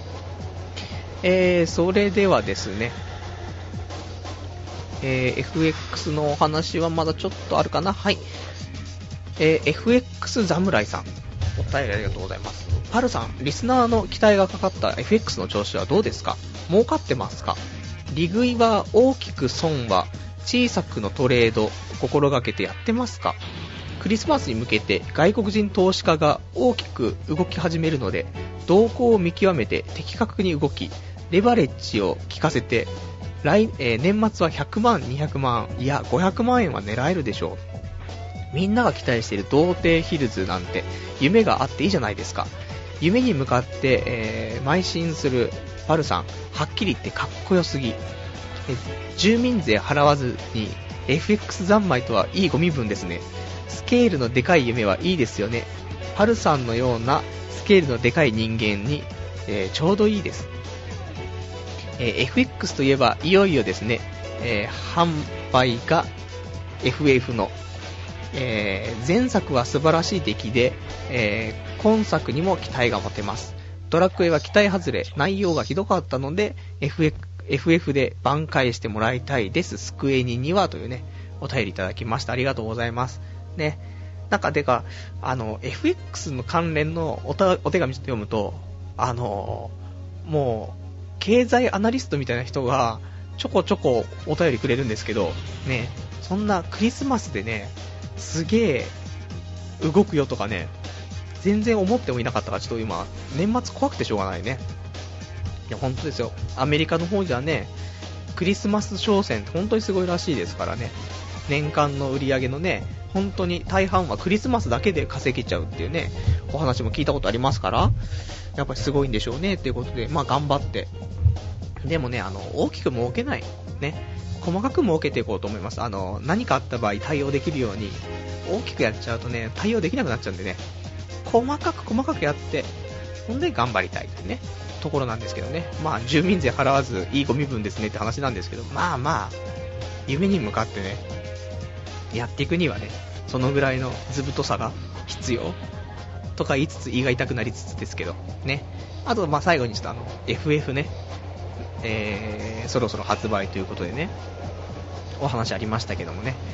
えー、それではですね、えー、エフエックス のお話はまだちょっとあるかな。はい、えー、エフエックス 侍さん、お便りありがとうございます。パルさん、リスナーの期待がかかった エフエックス の調子はどうですか。儲かってますか。利食いは大きく、損は小さくのトレード心がけてやってますか。クリスマスに向けて外国人投資家が大きく動き始めるので、動向を見極めて的確に動き、レバレッジを効かせて来、えー、年末はひゃくまん、にひゃくまん、いやごひゃくまんえんは狙えるでしょう。みんなが期待している童貞ヒルズなんて夢があっていいじゃないですか。夢に向かって、えー、邁進するパルさん、はっきり言ってかっこよすぎ。え住民税払わずに エフエックス 三昧とはいいご身分ですね。スケールのでかい夢はいいですよね。パルさんのようなスケールのでかい人間に、えー、ちょうどいいです。えー、エフエックス といえばいよいよですね、えー、販売が エフエフ の、えー、前作は素晴らしい出来で、えー、今作にも期待が持てます。ドラクエは期待外れ、内容がひどかったので エフエフエフエフ で挽回してもらいたいです。スクエニにはというねお便りいただきました。ありがとうございますね。なんかでかあの エフエックス の関連の お, たお手紙読むと、あのもう経済アナリストみたいな人がちょこちょこお便りくれるんですけどね、そんなクリスマスでねすげえ動くよとかね全然思ってもいなかったから、ちょっと今年末怖くてしょうがないね。いや本当ですよ。アメリカの方じゃねクリスマス商戦って本当にすごいらしいですからね。年間の売り上げのね本当に大半はクリスマスだけで稼げちゃうっていうねお話も聞いたことありますから、やっぱりすごいんでしょうねっていうことで、まあ頑張って、でもねあの大きく儲けないね、細かく儲けていこうと思います。あの何かあった場合対応できるように、大きくやっちゃうとね対応できなくなっちゃうんでね、細かく細かくやってほんで頑張りたいというねところなんですけどね。まあ住民税払わずいいご身分ですねって話なんですけど、まあまあ夢に向かってねやっていくにはねそのぐらいの図太さが必要とか言いつつ胃が痛くなりつつですけどね。あとまあ最後にちょっとあの エフエフ ね、えー、そろそろ発売ということでねお話ありましたけどもね、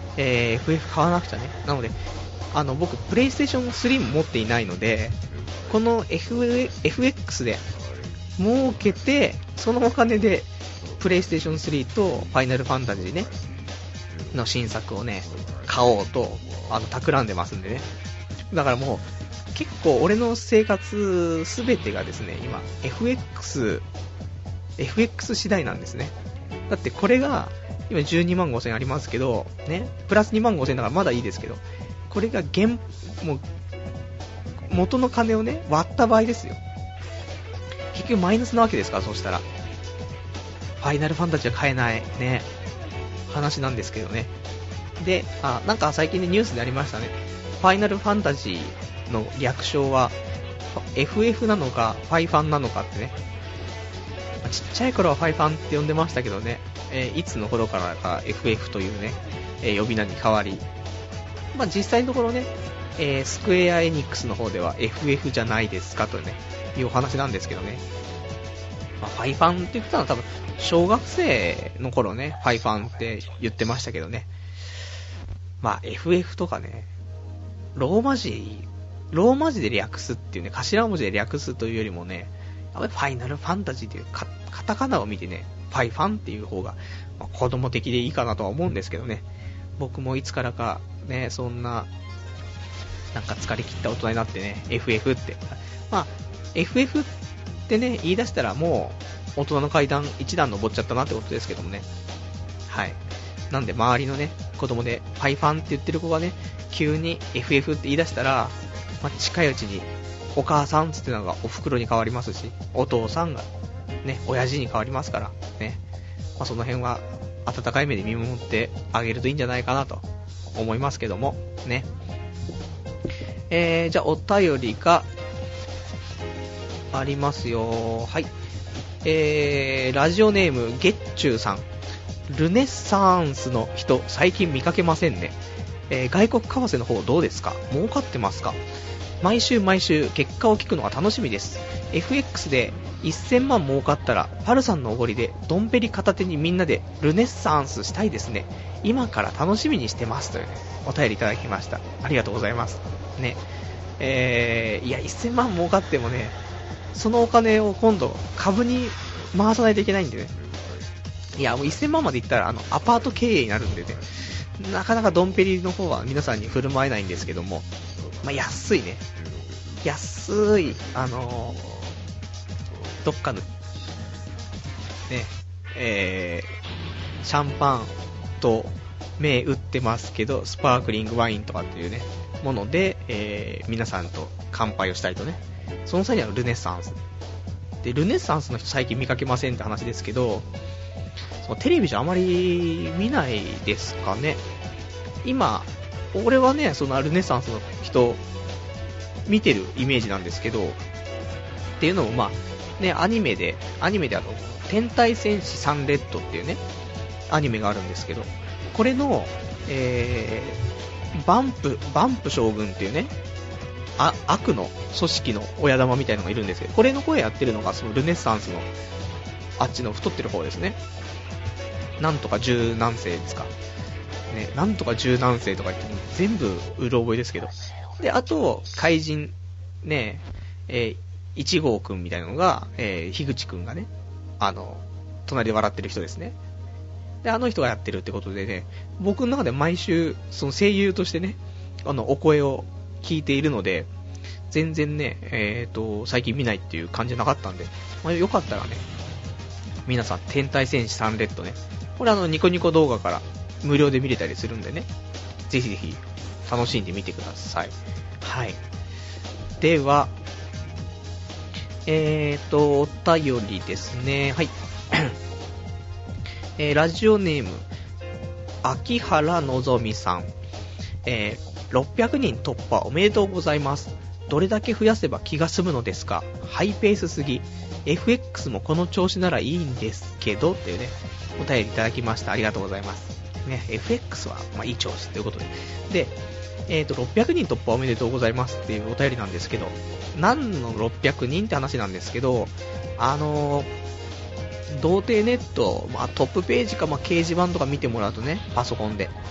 えー、エフエフ 買わなくちゃね。なので、あの、僕、プレイステーションスリーも持っていないので、この F、エフエックス で儲けて、そのお金で、プレイステーションスリーとファイナルファンタジーね、の新作をね、買おうと、あの、企んでますんでね。だからもう、結構俺の生活すべてがですね、今、エフエックス、エフエックス 次第なんですね。だってこれが、今じゅうにまんごせんありますけど、ね、プラスにまんごせんだからまだいいですけど、これが原、もう、元の金をね、割った場合ですよ。結局マイナスなわけですから、そうしたら。ファイナルファンタジーは買えない、ね、話なんですけどね。で、あ、なんか最近ね、ニュースでありましたね。ファイナルファンタジーの略称は、エフエフ なのか、ファイファンなのかってね。ちっちゃい頃はファイファンって呼んでましたけどね、えー、いつの頃からか エフエフ というね、えー、呼び名に変わり、まあ、実際のところね、えー、スクエアエニックスの方では エフエフ じゃないですかとね、いうお話なんですけどね。まあ、ファイファンって言ってたのは多分小学生の頃ね、ファイファンって言ってましたけどね。まあ エフエフ とかね、ローマ字、ローマ字で略すっていうね、頭文字で略すというよりもね、やっぱりファイナルファンタジーっていうカタカナを見てね、ファイファンっていう方が、まあ、子供的でいいかなとは思うんですけどね。僕もいつからかね、そんななんか疲れ切った大人になってね、エフエフって、まあ エフエフ ってね言い出したらもう大人の階段一段登っちゃったなってことですけどもね。はい。なんで周りのね子供でファイファンって言ってる子がね急に エフエフ って言い出したら、まあ、近いうちにお母さんつってのがお袋に変わりますし、お父さんがね親父に変わりますからね、まあ、その辺は温かい目で見守ってあげるといいんじゃないかなと思いますけどもね。えー、じゃあお便りがありますよ。はい。えー、ラジオネームゲッチューさん。ルネッサンスの人最近見かけませんね。えー、外国為替の方どうですか？儲かってますか？毎週毎週結果を聞くのが楽しみです。 エフエックス でせんまん儲かったらパルさんのおごりでドンペリ片手にみんなでルネッサンスしたいですね。今から楽しみにしてますという、ね、お便りいただきました。ありがとうございますね。えー、いやせんまん儲かってもね、そのお金を今度株に回さないといけないんでね。いやもうせんまんまでいったらあのアパート経営になるんでね、なかなかドンペリの方は皆さんに振る舞えないんですけども、まあ、安いね、安いあのー、どっかのねえー、シャンパンと銘打ってますけどスパークリングワインとかっていうねもので、えー、皆さんと乾杯をしたいとね。その際にはルネッサンスで、ルネッサンスの人最近見かけませんって話ですけど、そのテレビじゃあまり見ないですかね。今俺はねそのルネッサンスの人見てるイメージなんですけど、っていうのもまあねアニメでアニメであの天体戦士サンレッドっていうねアニメがあるんですけど、これの、えー、バンプバンプ将軍っていうねあ悪の組織の親玉みたいなのがいるんですけど、これの声やってるのがそのルネッサンスのあっちの太ってる方ですね。なんとか十何世ですかね、なんとか十何世とか言って全部うろ覚えですけど、であと怪人ねえー、いち号くんみたいなのが、えー、樋口くんがねあの隣で笑ってる人ですね。であの人がやってるってことでね、僕の中で毎週その声優としてねあのお声を聞いているので、全然ねえーと最近見ないっていう感じなかったんで、まあ、よかったらね皆さん天体戦士サンレッドね、これあのニコニコ動画から無料で見れたりするんでね、ぜひぜひ楽しんでみてください。はい。ではえーとお便りですね。はい。えー、ラジオネーム秋原のぞみさん、えー、ろっぴゃくにん突破おめでとうございます。どれだけ増やせば気が済むのですか？ハイペースすぎ。 エフエックス もこの調子ならいいんですけどっていうねお便りいただきました。ありがとうございますね。 エフエックス はまあいい調子ということで、でえーとろっぴゃくにん突破おめでとうございますっていうお便りなんですけど、何のろっぴゃくにんって話なんですけど、あのー童貞ネット、まあ、トップページか、まあ、掲示板とか見てもらうとねパソコンで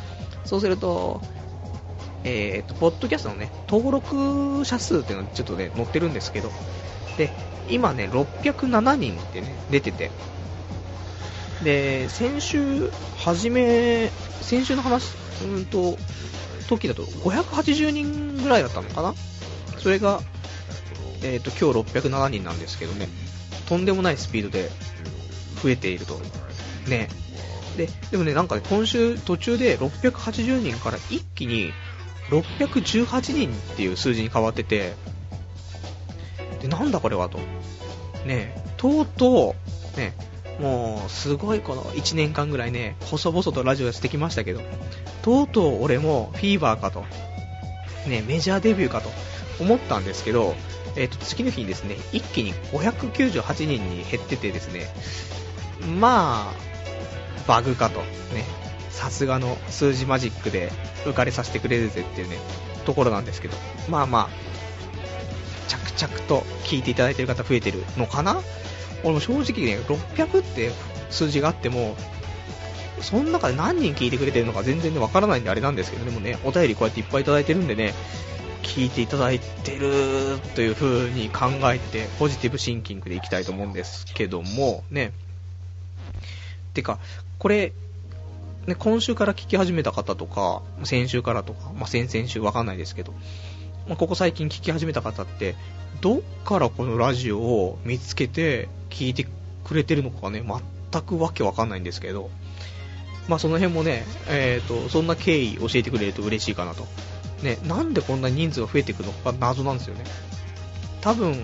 そうすると、えーと、ポッドキャストのね、登録者数っていうのがちょっとね、載ってるんですけど、で、今ね、ろっぴゃくななにんってね、出てて、で、先週、はじめ、先週の話、うんと、時だとごひゃくはちじゅうにんぐらいだったのかな。それが、えーと、今日ろっぴゃくななにんなんですけどね、とんでもないスピードで増えていると。ね。で、でもね、なんかね、今週途中でろっぴゃくはちじゅうにんから一気にろっぴゃくじゅうはちにんっていう数字に変わってて、で、なんだこれはと。ね、とうとう、ね、もう、すごいこのいちねんかんぐらいね、細々とラジオしてきましたけど、とうとう俺もフィーバーかと、ね、メジャーデビューかと思ったんですけど、えっと、次の日にですね、一気にごひゃくきゅうじゅうはちにんに減っててですね、まあ、バグかと、ね、さすがの数字マジックで浮かれさせてくれるぜっていうね、ところなんですけど、まあまあ、着々と聞いていただいている方増えてるのかな。俺も正直ね、ろっぴゃくって数字があっても、その中で何人聞いてくれてるのか全然ね、わからないんであれなんですけど、でもね、お便りこうやっていっぱいいただいてるんでね、聞いていただいてるという風に考えて、ポジティブシンキングでいきたいと思うんですけども、ね。てか、これ、ね、今週から聞き始めた方とか、先週からとか、まあ、先々週わかんないですけど、まあ、ここ最近聞き始めた方って、どっからこのラジオを見つけて聞いてくれてるのかね、全くわけわかんないんですけど、まあその辺もね、えーと、そんな経緯教えてくれると嬉しいかなと。ね、なんでこんな人数が増えていくのか謎なんですよね。多分、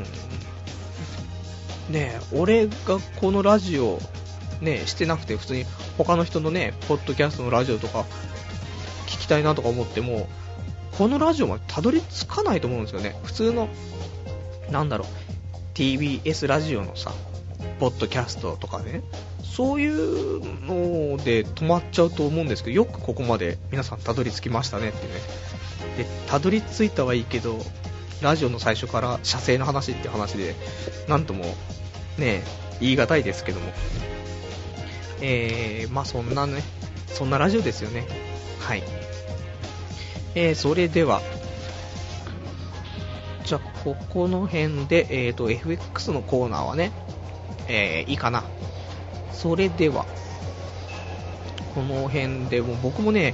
ね、俺がこのラジオ、ね、してなくて普通に他の人のね、ポッドキャストのラジオとか聞きたいなとか思っても、このラジオまでたどり着かないと思うんですよね。普通の、なんだろう、ティービーエス ラジオのさ、ポッドキャストとかね、そういうので止まっちゃうと思うんですけど、よくここまで皆さんたどり着きましたねってね。で、たどり着いたはいいけど、ラジオの最初から射精の話って話で、なんともね、言い難いですけども、えー、まあそんなね、そんなラジオですよね。はい。えー、それでは、じゃあここの辺で、えーと、エフエックス のコーナーはね、えー、いいかな。それでは、この辺でもう僕もね、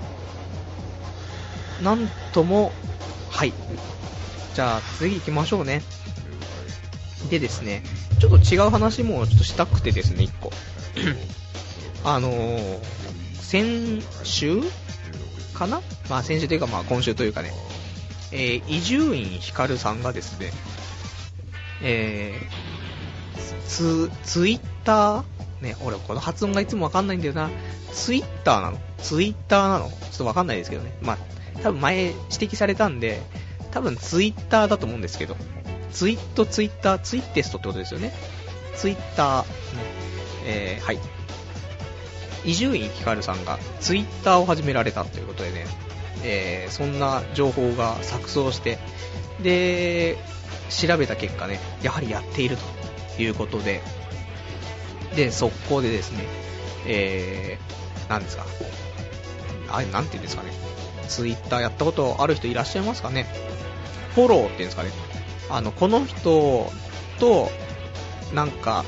なんとも、はい。じゃあ次行きましょうね。でですね、ちょっと違う話もちょっとしたくてですね、一個。あのー、先週かな、まあ先週というかまあ今週というかね、えー、伊集院光さんがですね、えー、ツ、ツイッターね、俺この発音がいつもわかんないんだよな。ツイッターなのツイッターなのちょっとわかんないですけどね。まあ、多分前指摘されたんで、多分ツイッターだと思うんですけど、ツイット、ツイッター、ツイッテストってことですよね。ツイッター、ね、えー、はい。伊集院光さんがツイッターを始められたということでね、えー、そんな情報が錯綜して、で、調べた結果ね、やはりやっているということで、で、速攻でですね、えー、なんですか、あれ、なんて言うんですかね、ツイッターやったことある人いらっしゃいますかね。フォローっていうんですかね、あの、この人と、なんか、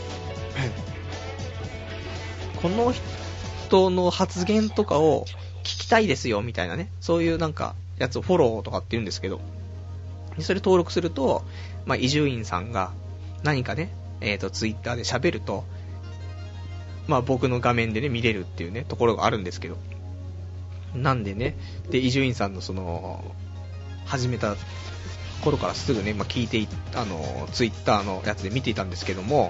この人の発言とかを聞きたいですよ、みたいなね、そういうなんか、やつをフォローとかって言うんですけど、それ登録すると、まあ、伊集院さんが何かね、えーと、ツイッターで喋ると、まあ僕の画面でね見れるっていうねところがあるんですけど、なんでね、で伊集院さんのその始めた頃からすぐね、まあ、聞いていあのツイッターのやつで見ていたんですけども、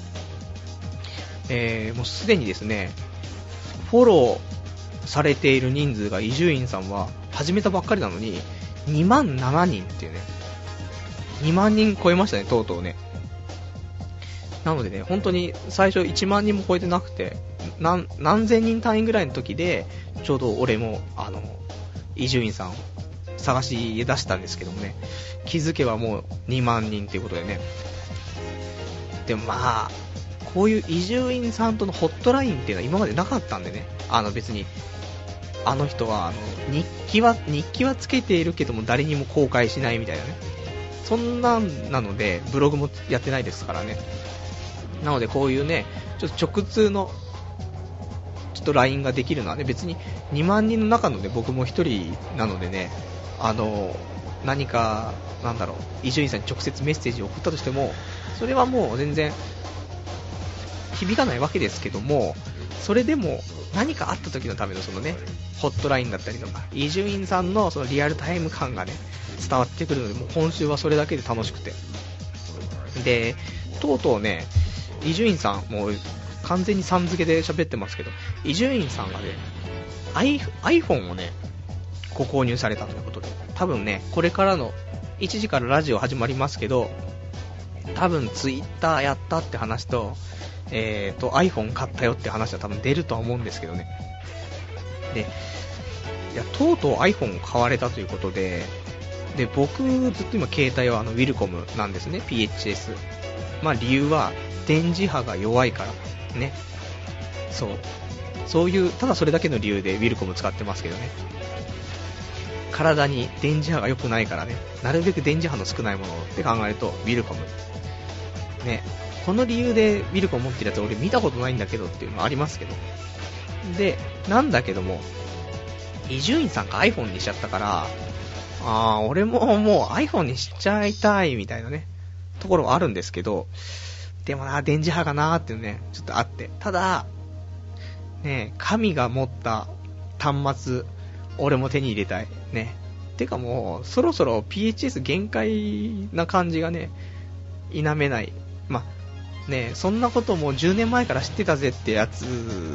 えー、もうすでにですねフォローされている人数が伊集院さんは始めたばっかりなのににまんななにんっていうね、にまんにん超えましたね、とうとうね。なのでね、本当に最初いちまんにんも超えてなくて、何、何千人単位ぐらいの時で、ちょうど俺も、あの、伊集院さんを探し出したんですけどもね、気づけばもうにまんにんということでね。でもまあ、こういう伊集院さんとのホットラインっていうのは今までなかったんでね、あの別に、 あの人はあの日記は日記はつけているけども誰にも公開しないみたいなね、そんなんなのでブログもやってないですからね。なのでこういうねちょっと直通のちょっと ライン ができるのはね、別ににまんにんの中のね僕もひとりなのでね、あの何かなんだろう伊集院さんに直接メッセージを送ったとしてもそれはもう全然響かないわけですけども、それでも何かあった時のためのそのねホットラインだったりとか伊集院さんのそのリアルタイム感がね伝わってくるので、もう今週はそれだけで楽しくて、でとうとうね伊集院さんもう完全にさん付けで喋ってますけど、伊集院さんがね iPhone をねご購入されたということで、多分ねこれからのいちじからラジオ始まりますけど、多分ツイッターやったって話とえーと iPhone 買ったよって話は多分出るとは思うんですけどね。でいやとうとう iPhone を買われたということで、で僕ずっと今携帯はあのウィルコムなんですね、 ピーエイチエス。 まあ理由は電磁波が弱いからね、そうそういうただそれだけの理由でウィルコム使ってますけどね。体に電磁波が良くないからね、なるべく電磁波の少ないものって考えるとウィルコムね、この理由でウィルコム持ってるやつ俺見たことないんだけどっていうのはありますけど、でなんだけども伊集院さんが iPhone にしちゃったから、あー俺ももう iPhone にしちゃいたいみたいなねところはあるんですけど、でもな電磁波がなーっていうねちょっとあって、ただね神が持った端末俺も手に入れたいね。てかもうそろそろ ピーエイチエス 限界な感じがね否めない。まあねそんなこともうじゅうねんまえから知ってたぜってやつ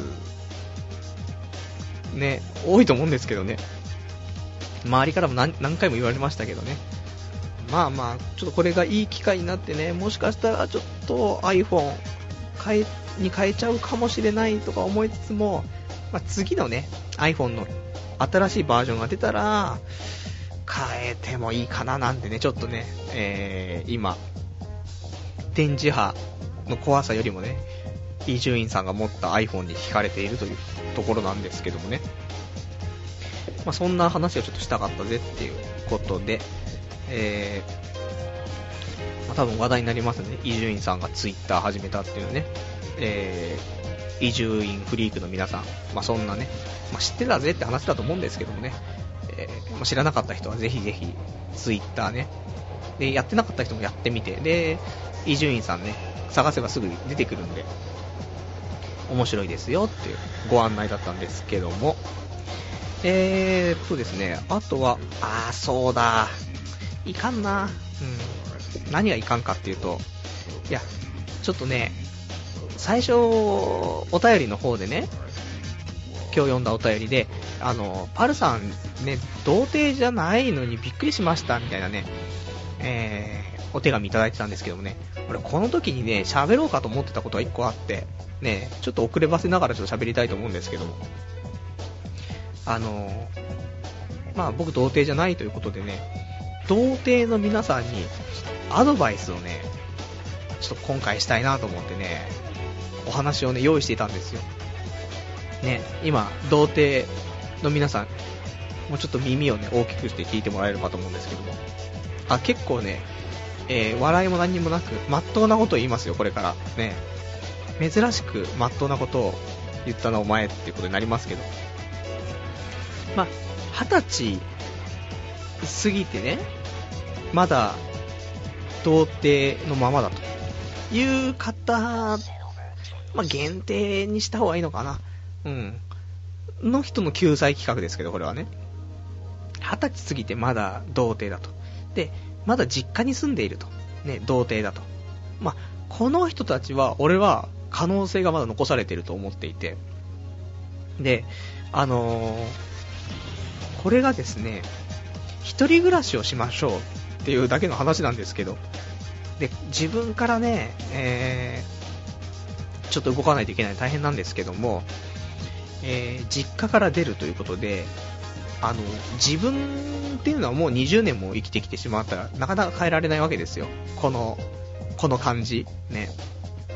ね多いと思うんですけどね、周りからも 何, 何回も言われましたけどね。まあまあちょっとこれがいい機会になってね、もしかしたらちょっと iPhone 変えに変えちゃうかもしれないとか思いつつも、まあ、次のね iPhone の新しいバージョンが出たら変えてもいいかななんてねちょっとね、えー、今電磁波の怖さよりもね伊集院さんが持った iPhone に惹かれているというところなんですけどもね、まあ、そんな話をちょっとしたかったぜっていうことで、えーまあ、多分話題になりますね。伊集院さんが Twitter 始めたっていうね、えー、伊集院フリークの皆さん、まあ、そんなね、まあ、知ってたぜって話だと思うんですけどもね、えーまあ、知らなかった人はぜひぜひ Twitter ねでやってなかった人もやってみて、で伊集院さんね探せばすぐ出てくるんで面白いですよっていうご案内だったんですけども、えーっとですねあとはあーそうだいかんな、うん、何がいかんかっていうと、いやちょっとね最初お便りの方でね今日読んだお便りであのパルさんね童貞じゃないのにびっくりしましたみたいなね、えー、お手紙いただいてたんですけどもね、俺この時にね喋ろうかと思ってたことが一個あってね、ちょっと遅ればせながらちょっと喋りたいと思うんですけども、あのまあ僕童貞じゃないということでね、童貞の皆さんにちょっとアドバイスをねちょっと今回したいなと思ってねお話をね用意していたんですよね。今童貞の皆さんもうちょっと耳をね大きくして聞いてもらえればと思うんですけども、あ結構ね、えー、笑いも何にもなく真っ当なことを言いますよこれからね。珍しく真っ当なことを言ったなお前っていうことになりますけど、まあ二十歳過ぎてねまだ童貞のままだという方、まあ、限定にした方がいいのかな、うんの人の救済企画ですけど、これはね二十歳過ぎてまだ童貞だと、でまだ実家に住んでいるとね童貞だと、まあこの人たちは俺は可能性がまだ残されていると思っていて、であのー、これがですね一人暮らしをしましょうっていうだけの話なんですけど、で自分からね、えー、ちょっと動かないといけない大変なんですけども、えー、実家から出るということで、あの自分っていうのはもうにじゅうねんも生きてきてしまったらなかなか変えられないわけですよ。このこの感じね、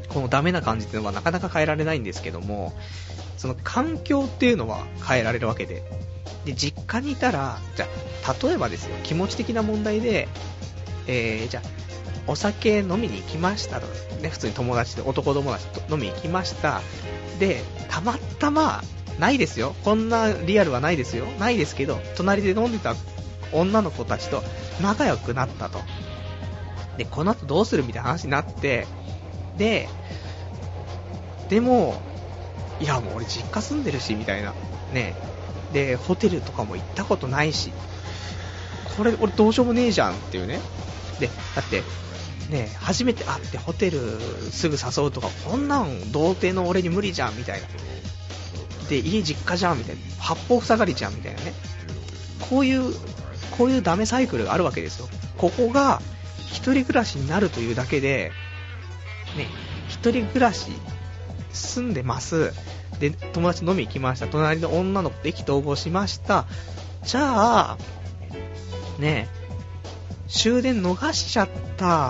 このダメな感じっていうのはなかなか変えられないんですけども、その環境っていうのは変えられるわけで、で実家にいたら、じゃあ例えばですよ、気持ち的な問題で、えー、じゃあお酒飲みに行きましたと、ね、普通に友達で男友達と飲みに行きました。でたまたまないですよ、こんなリアルはないですよ、ないですけど、隣で飲んでた女の子たちと仲良くなったと。でこの後どうするみたいな話になって、ででもいやもう俺実家住んでるしみたいなね、でホテルとかも行ったことないし、これ俺どうしようもねえじゃんっていうね。でだってね、初めて会ってホテルすぐ誘うとか、こんなん童貞の俺に無理じゃんみたいな。で家実家じゃんみたいな、八方塞がりじゃんみたいなね。こういうこういうダメサイクルがあるわけですよ。ここが一人暮らしになるというだけでね、一人暮らし住んでます。で友達飲み行きました。隣の女の子と意気投合しました。じゃあね、終電逃しちゃった。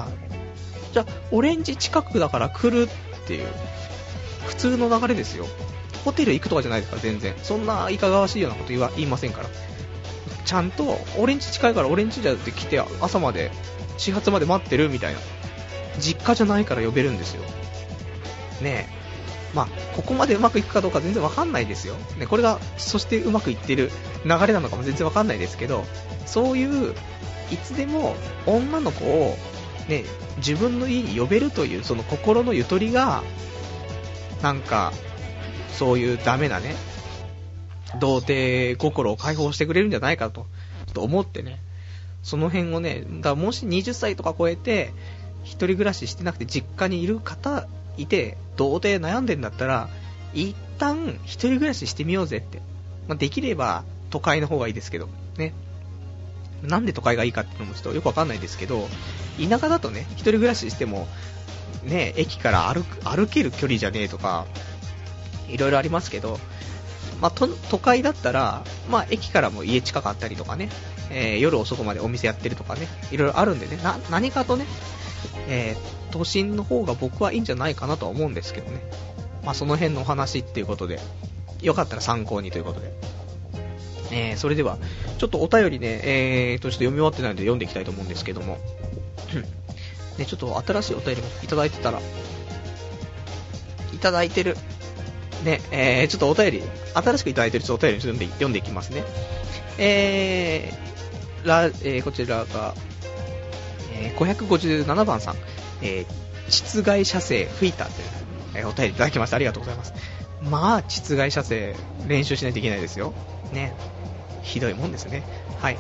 じゃあオレンジ近くだから来るっていう普通の流れですよ。ホテル行くとかじゃないですから全然。そんないかがわしいようなこと言わ言いませんから。ちゃんとオレンジ近いからオレンジじゃって来て朝まで始発まで待ってるみたいな。実家じゃないから呼べるんですよ。ねえ。まあここまでうまくいくかどうか全然わかんないですよ。ね、これがそしてうまくいってる流れなのかも全然わかんないですけど、そういういつでも女の子をね、自分の家に呼べるというその心のゆとりがなんかそういうダメなね童貞心を解放してくれるんじゃないかとちょっと思ってね、その辺をね、だからもしはたちとか超えて一人暮らししてなくて実家にいる方いて童貞悩んでんだったら一旦一人暮らししてみようぜって、まあ、できれば都会の方がいいですけどね。なんで都会がいいかっていうのもちょっとよくわかんないですけど、田舎だとね、一人暮らししてもね、駅から歩く、歩ける距離じゃねえとかいろいろありますけど、まあ、都, 都会だったら、まあ、駅からも家近かったりとかね、えー、夜遅くまでお店やってるとかね、いろいろあるんでね、な何かとね、えー、都心の方が僕はいいんじゃないかなとは思うんですけどね。まあ、その辺のお話っていうことで、よかったら参考にということで。えー、それではちょっとお便りね、えー、とちょっと読み終わってないので読んでいきたいと思うんですけどもね、ちょっと新しいお便りもいただいてたらいただいてるね、えー、ちょっとお便り新しくいただいてるちょっとお便り読んで読んでいきますね。えー、ラ、えー、こちらが、えー、ごひゃくごじゅうななばんさん、えー、膣外射精吹いたという、えー、お便りいただきました。ありがとうございます。まあ膣外射精練習しないといけないですよね。ひどいもんですね。はい。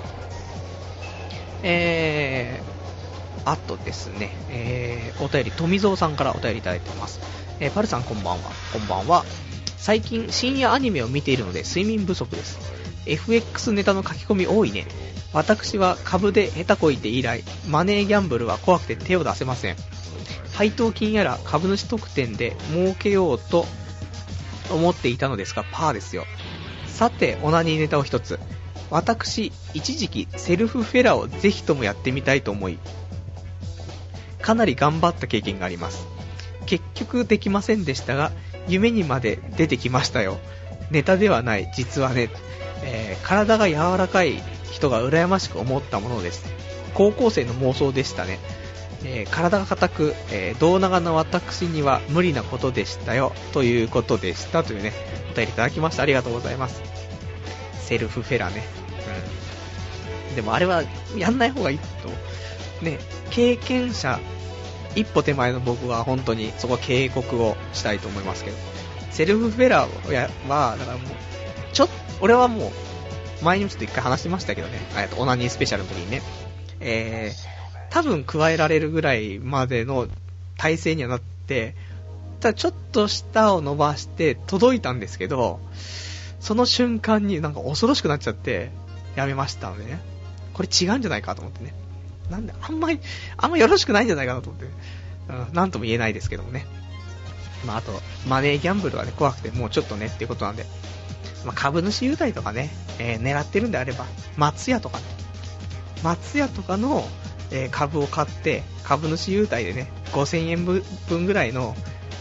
えー、あとですね、えー、お便り富蔵さんからお便りいただいてます。えー、パルさんこんばんは。こんばんは。最近深夜アニメを見ているので睡眠不足です。 エフエックス ネタの書き込み多いね。私は株で下手こいて以来マネーギャンブルは怖くて手を出せません。配当金やら株主特典で儲けようと思っていたのですがパーですよ。さてオナニーネタを一つ。私一時期セルフフェラをぜひともやってみたいと思いかなり頑張った経験があります。結局できませんでしたが夢にまで出てきましたよ。ネタではない実はね、えー、体が柔らかい人が羨ましく思ったものです。高校生の妄想でしたね。えー、体が硬く、えー、胴長の私には無理なことでしたよということでしたというねお便りいただきました。ありがとうございます。セルフフェラね、うん、でもあれはやんない方がいいとね、経験者一歩手前の僕は本当にそこは警告をしたいと思いますけど、セルフフェラはだからもうちょっと俺はもう前にもちょっと一回話してましたけどね、オナニースペシャルの時にね、えー多分加えられるぐらいまでの体勢にはなって、ただちょっと舌を伸ばして届いたんですけど、その瞬間になんか恐ろしくなっちゃってやめましたのでね、これ違うんじゃないかと思ってね、なんであんまりあんまよろしくないんじゃないかなと思って、うん、なんとも言えないですけどもね。まああとマネーギャンブルはね怖くてもうちょっとねっていうことなんで、まあ、株主優待とかね、えー、狙ってるんであれば松屋とかね、松屋とかのえー、株を買って株主優待でねごせんえん分ぐらいの、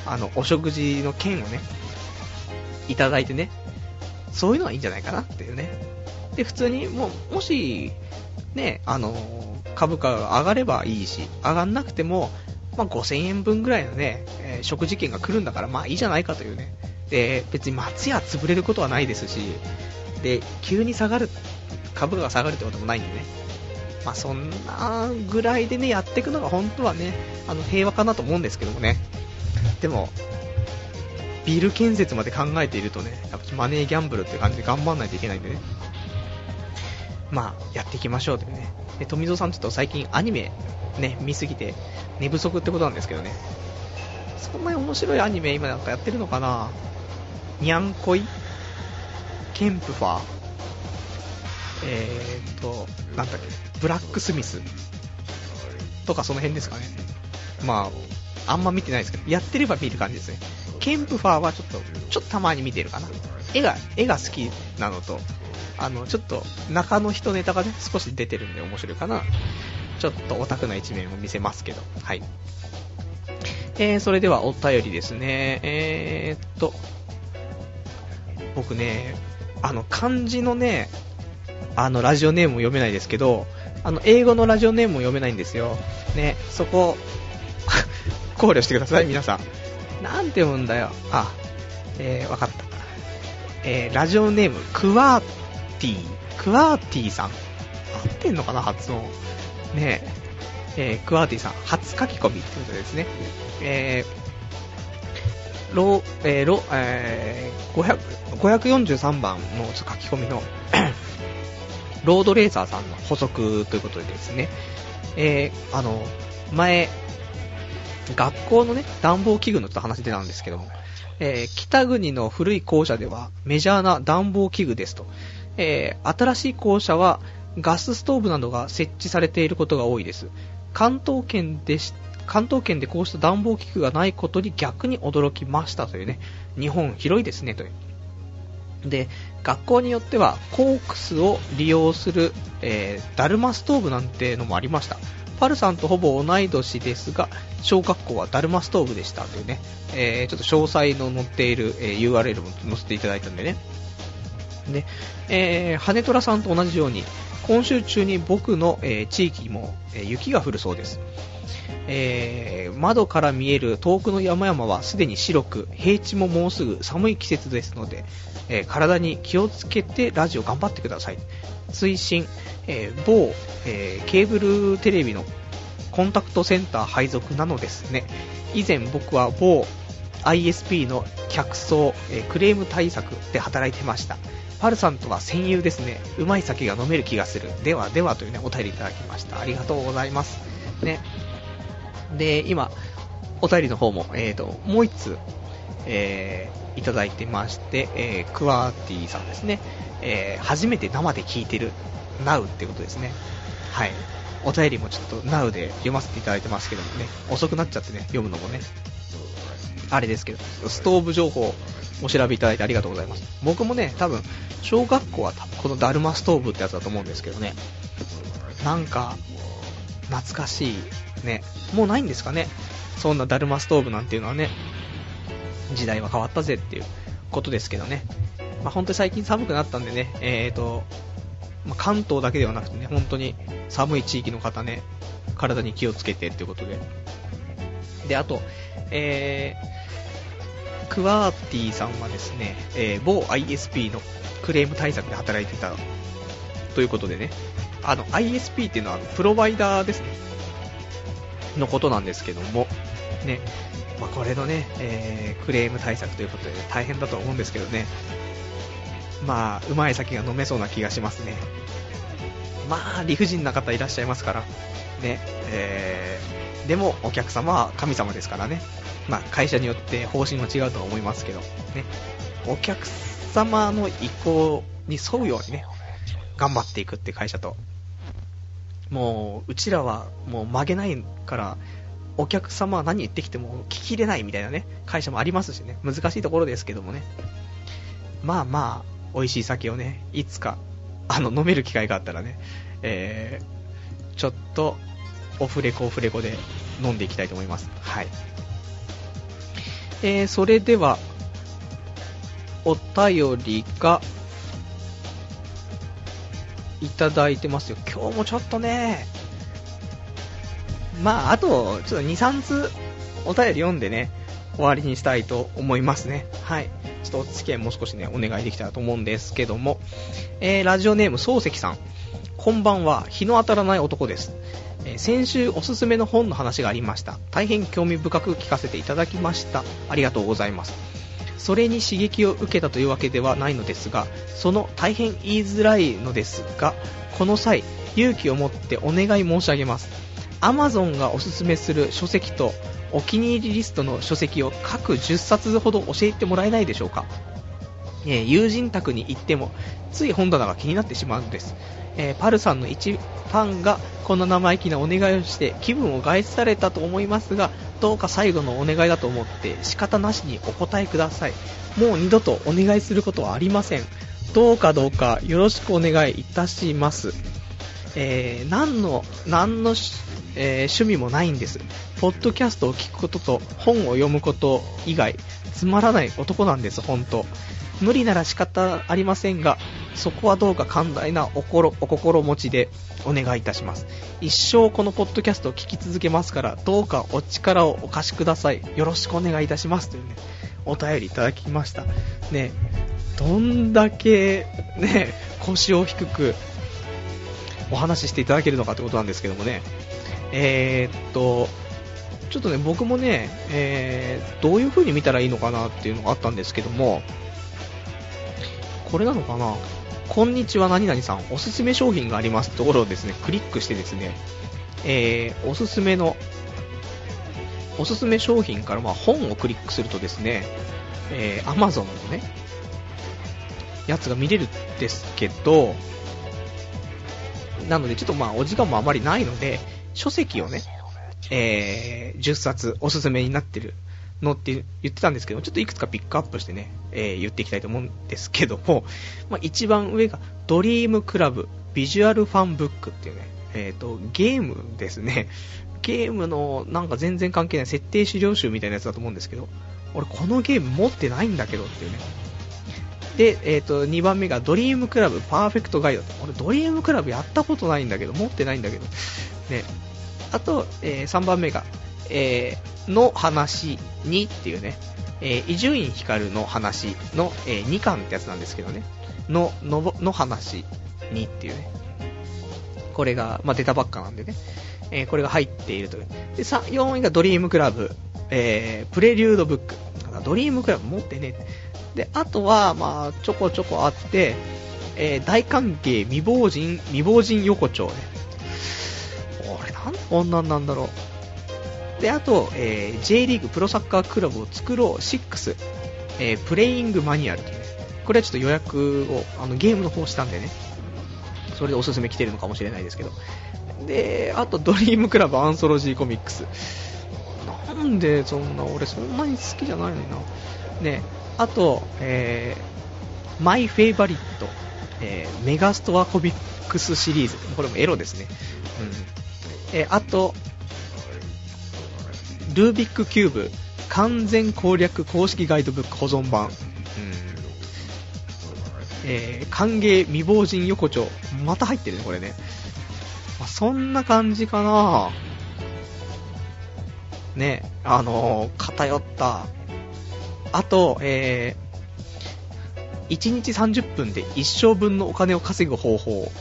あの、お食事の券をね、いただいてね、そういうのはいいんじゃないかなっていうね。で、普通に、もう、もし、ね、あの、株価が上がればいいし、上がんなくても、まあ、ごせんえんぶんぐらいのね、えー、食事券が来るんだから、まあいいじゃないかというね。で、別に松屋潰れることはないですし、で、急に下がる、株価が下がるってこともないんでね。まあそんなぐらいでね、やっていくのが本当はね、あの平和かなと思うんですけどもね。でも、ビル建設まで考えているとね、やっぱマネーギャンブルって感じで頑張んないといけないんでね。まあ、やっていきましょうというね。で、富蔵さんちょっと最近アニメね、見すぎて寝不足ってことなんですけどね。そんなに面白いアニメ今なんかやってるのかな。にゃんこいケンプファーえーっと、なんだっけ、ブラックスミスとかその辺ですかね。まあ、あんま見てないですけど、やってれば見る感じですね。ケンプファーはちょっと、ちょっとたまに見てるかな。絵が、絵が好きなのと、あの、ちょっと中の人ネタがね、少し出てるんで面白いかな。ちょっとオタクな一面も見せますけど、はい。えー、それではお便りですね。えーっと、僕ね、あの、漢字のね、あの、ラジオネームも読めないですけど、あの、英語のラジオネームも読めないんですよ。ね、そこ、考慮してください、皆さん。なんて読むんだよ。あ、えー、わかった。えー、ラジオネーム、クワーティー、クワーティーさん。合ってんのかな、発音。ねえ、えー、クワーティーさん、初書き込みってことですね。えー、ロえー、ロえー、ごひゃく、ごひゃくよんじゅうさんばんの書き込みの、ロードレーザーさんの補足ということでですね、えー、あの、前、学校のね、暖房器具のちょっと話出たんですけども、えー、北国の古い校舎ではメジャーな暖房器具ですと、えー、新しい校舎はガスストーブなどが設置されていることが多いです。関東圏でし、関東圏でこうした暖房器具がないことに逆に驚きましたというね、日本広いですねという。で、学校によってはコークスを利用する、えー、ダルマストーブなんてのもありました。パルさんとほぼ同い年ですが、小学校はダルマストーブでしたというね、えー、ちょっと詳細の載っている、えー、ユーアールエル も載せていただいたんでね。で、えー、羽虎さんと同じように、今週中に僕の、えー、地域も、えー、雪が降るそうです。えー、窓から見える遠くの山々はすでに白く、平地ももうすぐ寒い季節ですので、えー、体に気をつけてラジオ頑張ってください。追伸、えー、某、えー、ケーブルテレビのコンタクトセンター配属なのですね。以前僕は某 アイエスピー の客層、えー、クレーム対策で働いてました。パルさんとは戦友ですね。うまい酒が飲める気がする。ではではというね、お便りいただきました。ありがとうございます。ね。で、今、お便りの方も、えーと、もう一つ、えー、いただいてまして、えー、クワーティーさんですね。えー、初めて生で聞いてる、ナウってことですね。はい。お便りもちょっとナウで読ませていただいてますけどもね、遅くなっちゃってね、読むのもね、あれですけど、ストーブ情報お調べいただいてありがとうございます。僕もね、多分、小学校はこのダルマストーブってやつだと思うんですけどね、なんか、懐かしい、ね、もうないんですかね、そんなダルマストーブなんていうのはね、時代は変わったぜっていうことですけどね。まあ、本当に最近寒くなったんでね、えーと、まあ、関東だけではなくてね、本当に寒い地域の方ね、体に気をつけてっていうことで。で、あと、えー、クワーティーさんはですね、えー、某 アイエスピー のクレーム対策で働いていたということでね、あの アイエスピー っていうのはプロバイダーですね、のことなんですけども、ね、まあ、これのね、えー、クレーム対策ということで大変だと思うんですけどね、まあ、うまい酒が飲めそうな気がしますね。まあ、理不尽な方いらっしゃいますから、ね、えー、でもお客様は神様ですからね、まあ、会社によって方針は違うとは思いますけど、ね、お客様の意向に沿うようにね、頑張っていくって会社と、もう、うちらはもう曲げないから、お客様は何言ってきても聞き入れないみたいなね、会社もありますしね、難しいところですけどもね、まあまあ、美味しい酒をね、いつか、あの、飲める機会があったらね、えー、ちょっと、オフレコオフレコで飲んでいきたいと思います。はい。 えー、それではお便りがいただいてますよ。今日もちょっとね、まああとちょっとに、さんつお便り読んでね終わりにしたいと思いますね。はい、ちょっとお付き合いもう少しねお願いできたらと思うんですけども、えー、ラジオネーム漱石さん、こんばんは。日の当たらない男です。えー、先週おすすめの本の話がありました。大変興味深く聞かせていただきました。ありがとうございます。それに刺激を受けたというわけではないのですが、その大変言いづらいのですが、この際勇気を持ってお願い申し上げます。 Amazon がおすすめする書籍とお気に入りリストの書籍を各じゅっさつほど教えてもらえないでしょうか。えー、友人宅に行ってもつい本棚が気になってしまうのです。えー、パルさんの一ファンがこんな生意気なお願いをして気分を害されたと思いますが、どうか最後のお願いだと思って仕方なしにお答えください。もう二度とお願いすることはありません。どうかどうかよろしくお願いいたします。えー、何の何の、えー、趣味もないんです。ポッドキャストを聞くことと本を読むこと以外つまらない男なんです。本当無理なら仕方ありませんが、そこはどうか寛大なお心、お心持ちでお願いいたします。一生このポッドキャストを聞き続けますから、どうかお力をお貸しください。よろしくお願いいたしますというね、お便りいただきましたね。どんだけね腰を低くお話ししていただけるのかということなんですけどもね、えー、っとちょっとね僕もね、えー、どういう風に見たらいいのかなっていうのがあったんですけども、これなのかな、こんにちは何々さん、おすすめ商品がありますところをですねクリックしてですね、えー、おすすめのおすすめ商品からまあ本をクリックするとですね、えー、Amazon のねやつが見れるんですけど、なのでちょっとまあお時間もあまりないので書籍をね、えー、じゅっさつおすすめになってるのって言ってたんですけど、ちょっといくつかピックアップしてね、えー、言っていきたいと思うんですけども、まあ、一番上がドリームクラブビジュアルファンブックっていうね、えーと、ゲームですね。ゲームのなんか全然関係ない設定資料集みたいなやつだと思うんですけど、俺このゲーム持ってないんだけどっていうね。で、えーと、にばんめがドリームクラブパーフェクトガイド。俺ドリームクラブやったことないんだけど、持ってないんだけどね。あと、えー、さんばんめがえー、の話にっていうね、伊集院光の話の、えー、にかんってやつなんですけどね、ののの話にっていうね、これが、まあ、出たばっかなんでね、えー、これが入っているという。でさよんいがドリームクラブ、えー、プレリュードブック。ドリームクラブ持ってね。であとはまあちょこちょこあって、えー、大歓迎未亡人未亡人横丁ね。俺なんでこんなんなんだろう。であと、えー、J リーグプロサッカークラブを作ろうろく、えー、プレイングマニュアルというね、これはちょっと予約をあのゲームの方したんでね、それでおすすめ来てるのかもしれないですけど、であとドリームクラブアンソロジーコミックス、なんでそんな俺そんなに好きじゃないのになね。あと、えー、マイフェイバリット、えー、メガストアコミックスシリーズ、これもエロですね、うん。えー、あとルービックキューブ完全攻略公式ガイドブック保存版、うん、えー、歓迎未亡人横丁、また入ってるねこれね、まあ、そんな感じかなね。あのー、偏った。あと、えー、いちにちさんじゅっぷんで一生分のお金を稼ぐ方法、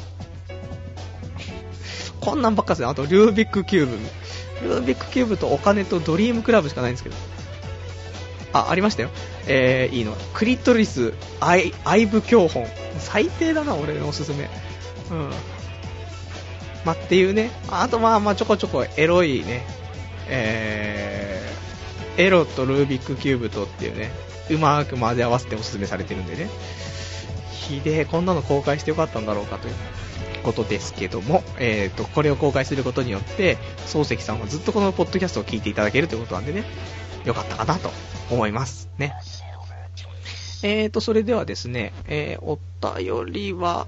こんなんばっかですね。あとルービックキューブルービックキューブとお金とドリームクラブしかないんですけど、あ、ありましたよ。えー、いいのクリトリス愛部教本、最低だな俺のおすすめ。うんまっていうね。あとまあまあちょこちょこエロいね、えー、エロとルービックキューブとっていうね、うまく混ぜ合わせておすすめされてるんでね、ひでえ、こんなの公開してよかったんだろうかということですけども、えーと、これを公開することによって漱石さんはずっとこのポッドキャストを聞いていただけるということなんでね、よかったかなと思いますね。えーとそれではですね、えー、お便りは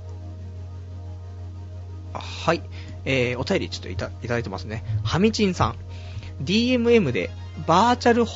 はい、えー、お便りちょっといた、いただいてますね。はみちんさん、 ディーエムエム でバーチャルホッ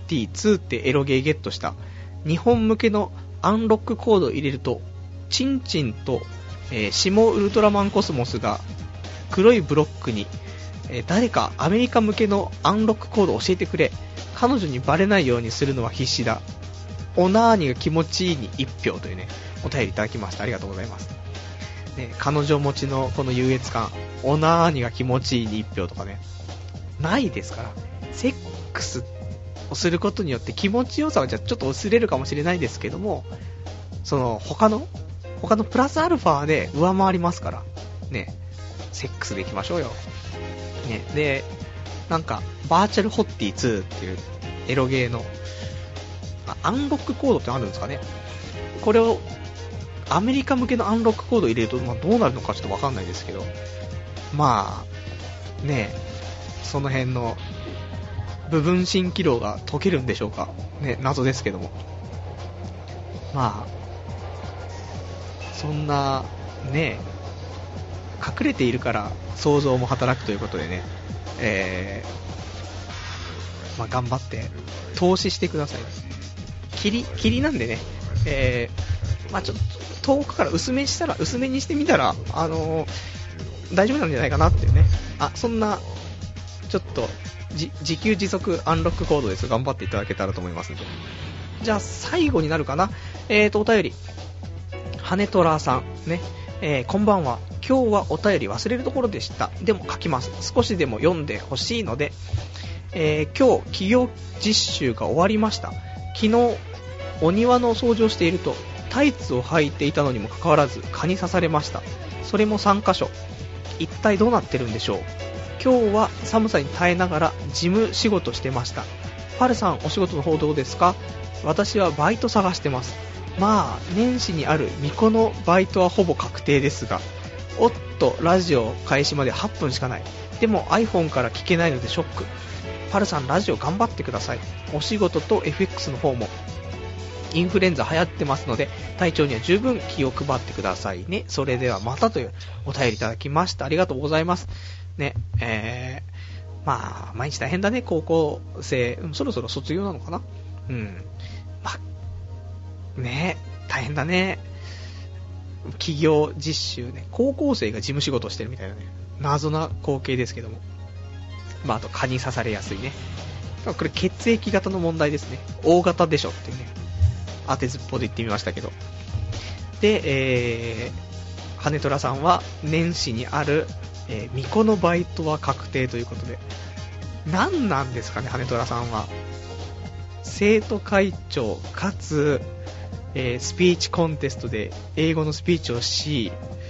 ティツーってエロゲーゲットした。日本向けのアンロックコードを入れると、チンチンと、えー、シモウルトラマンコスモスが黒いブロックに、えー、誰かアメリカ向けのアンロックコードを教えてくれ。彼女にバレないようにするのは必死だ。オナーニが気持ちいいに一票というね、お便りいただきました。ありがとうございます。ね、彼女持ちのこの優越感、オナーニが気持ちいいに一票とかね、ないですから。セックスをすることによって気持ちよさはじゃちょっと薄れるかもしれないですけども、その他の他のプラスアルファで上回りますからね、セックスでいきましょうよ。ね、でなんかバーチャルホッティツーっていうエロゲーのアンロックコードってあるんですかね。これをアメリカ向けのアンロックコードを入れると、まあ、どうなるのかちょっとわかんないですけど、まあね、その辺の部分蜃気楼が解けるんでしょうかね、謎ですけども、まあそんなね、隠れているから想像も働くということでね、えー、まあ頑張って投資してください。霧霧なんでね、えー、まあちょっと遠くから薄めしたら薄めにしてみたら、あのー、大丈夫なんじゃないかなっていうね。あ、そんなちょっとじ自給自足アンロックコードです。頑張っていただけたらと思いますので。じゃあ最後になるかな。えーとお便り、羽トラさんね、えー、こんばんは。今日はお便り忘れるところでした。でも書きます。少しでも読んでほしいので、えー、今日企業実習が終わりました。昨日お庭の掃除をしているとタイツを履いていたのにもかかわらず蚊に刺されました。それもさんかしょ。一体どうなってるんでしょう。今日は寒さに耐えながら事務仕事してました。パルさん、お仕事の方どうですか？私はバイト探してます。まあ年始にある巫女のバイトはほぼ確定ですが、おっとラジオ開始まではっぷんしかない。でも iPhone から聞けないのでショック。パルさん、ラジオ頑張ってください。お仕事と エフエックス の方もインフルエンザ流行ってますので体調には十分気を配ってくださいね。それではまたというお便りいただきました。ありがとうございますね。えー、まあ毎日大変だね。高校生そろそろ卒業なのかな。うん、まあね、大変だね。企業実習ね、高校生が事務仕事してるみたいなね、謎な光景ですけども、まああと蚊に刺されやすいね。これ血液型の問題ですね。大型でしょっていうね、当てずっぽで言ってみましたけど。で、えー、羽虎さんは年始にある、えー、巫女のバイトは確定ということで、何なんですかね、羽虎さんは。生徒会長かつ、えー、スピーチコンテストで英語のスピーチをし、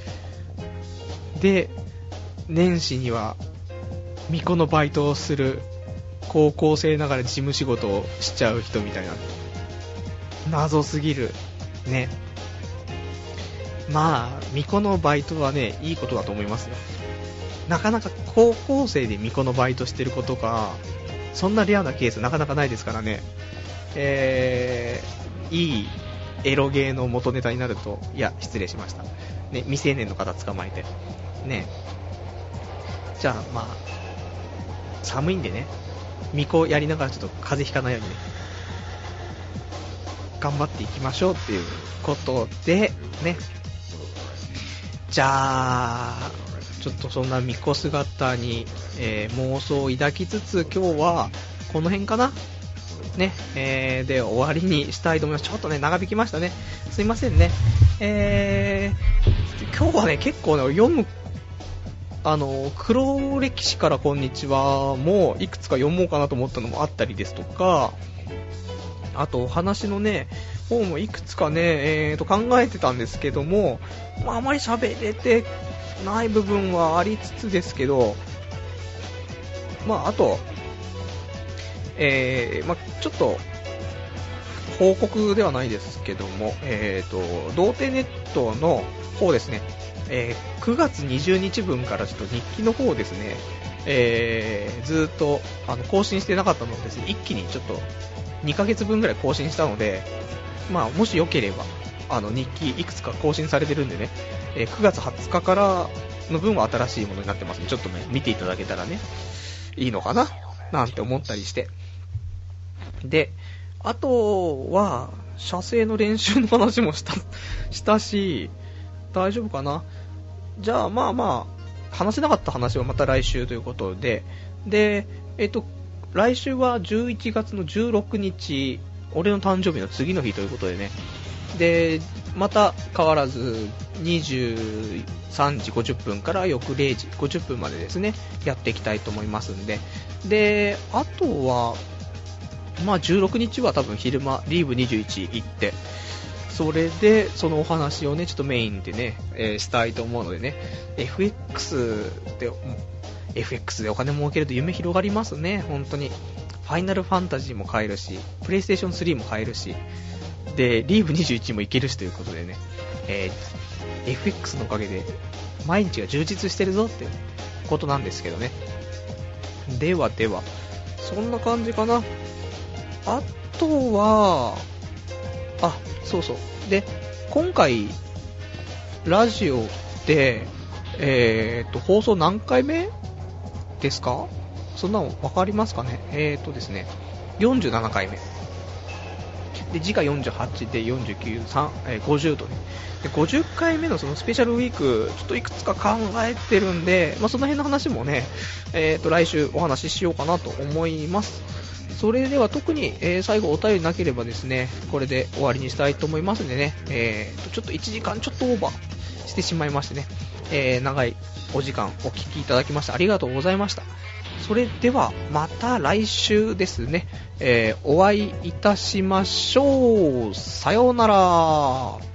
で年始には巫女のバイトをする高校生ながら事務仕事をしちゃう人みたいな、謎すぎるね。まあ巫女のバイトはね、いいことだと思いますよ。なかなか高校生で巫女のバイトしてることがそんなレアなケースなかなかないですからね。えー、いいエロゲーの元ネタになると、いや失礼しましたね、未成年の方捕まえてね。じゃあまあ寒いんでね、巫女やりながらちょっと風邪ひかないようにね頑張っていきましょうっていうことでね。じゃあちょっとそんな巫女姿に、えー、妄想を抱きつつ、今日はこの辺かなね、えー、で終わりにしたいと思います。ちょっとね長引きましたね、すいませんね。えー、今日はね結構ね読む、あの黒歴史からこんにちはもういくつか読もうかなと思ったのもあったりですとか、あとお話のね方もいくつかね、えー、と考えてたんですけども、まあ、あまり喋れてない部分はありつつですけど、まああとえーまあ、ちょっと報告ではないですけども、えーと童貞ネットの方ですね、えー、くがつにじゅうにちぶんからちょっと日記の方ですね、えー、ずっとあの更新してなかったのですね、一気にちょっとにかげつぶんぐらい更新したので、まあもしよければあの日記いくつか更新されてるんでね、えー、くがつはつかからの分は新しいものになってますので、ちょっとね見ていただけたらねいいのかななんて思ったりして、 で、あとは、射精の練習の話もした、したし、大丈夫かな。じゃあ、まあまあ、話せなかった話はまた来週ということで、で、えっと、来週はじゅういちがつのじゅうろくにち、俺の誕生日の次の日ということでね、で、また変わらずにじゅうさんじごじゅっぷんから翌れいじごじゅっぷんまでですね、やっていきたいと思いますんで、で、あとは、まあじゅうろくにちは多分昼間、リーブにじゅういち行って、それでそのお話をね、ちょっとメインでね、えー、したいと思うのでね、エフエックス で、エフエックス でお金儲けると夢広がりますね、本当に。ファイナルファンタジーも買えるし、プレイステーションスリーも買えるし、で、リーブにじゅういちもいけるしということでね、えー、エフエックス のおかげで毎日が充実してるぞってことなんですけどね。ではでは、そんな感じかな。あとは、あ、そうそう。で、今回、ラジオで、えーと、放送何回目ですか？そんなの分かりますかね？えーとですね、よんじゅうななかいめ。で、次回よんじゅうはちでよんじゅうきゅう、さん、えー、ごじゅうとね。で、ごじゅっかいめのそのスペシャルウィーク、ちょっといくつか考えてるんで、まあ、その辺の話もね、えーと、来週お話ししようかなと思います。それでは特に、えー、最後お便りなければですね、これで終わりにしたいと思いますんでね、えーと、ちょっといちじかんちょっとオーバーしてしまいましてね、えー、長いお時間お聞きいただきましてありがとうございました。それではまた来週ですね、えー、お会いいたしましょう。さようなら。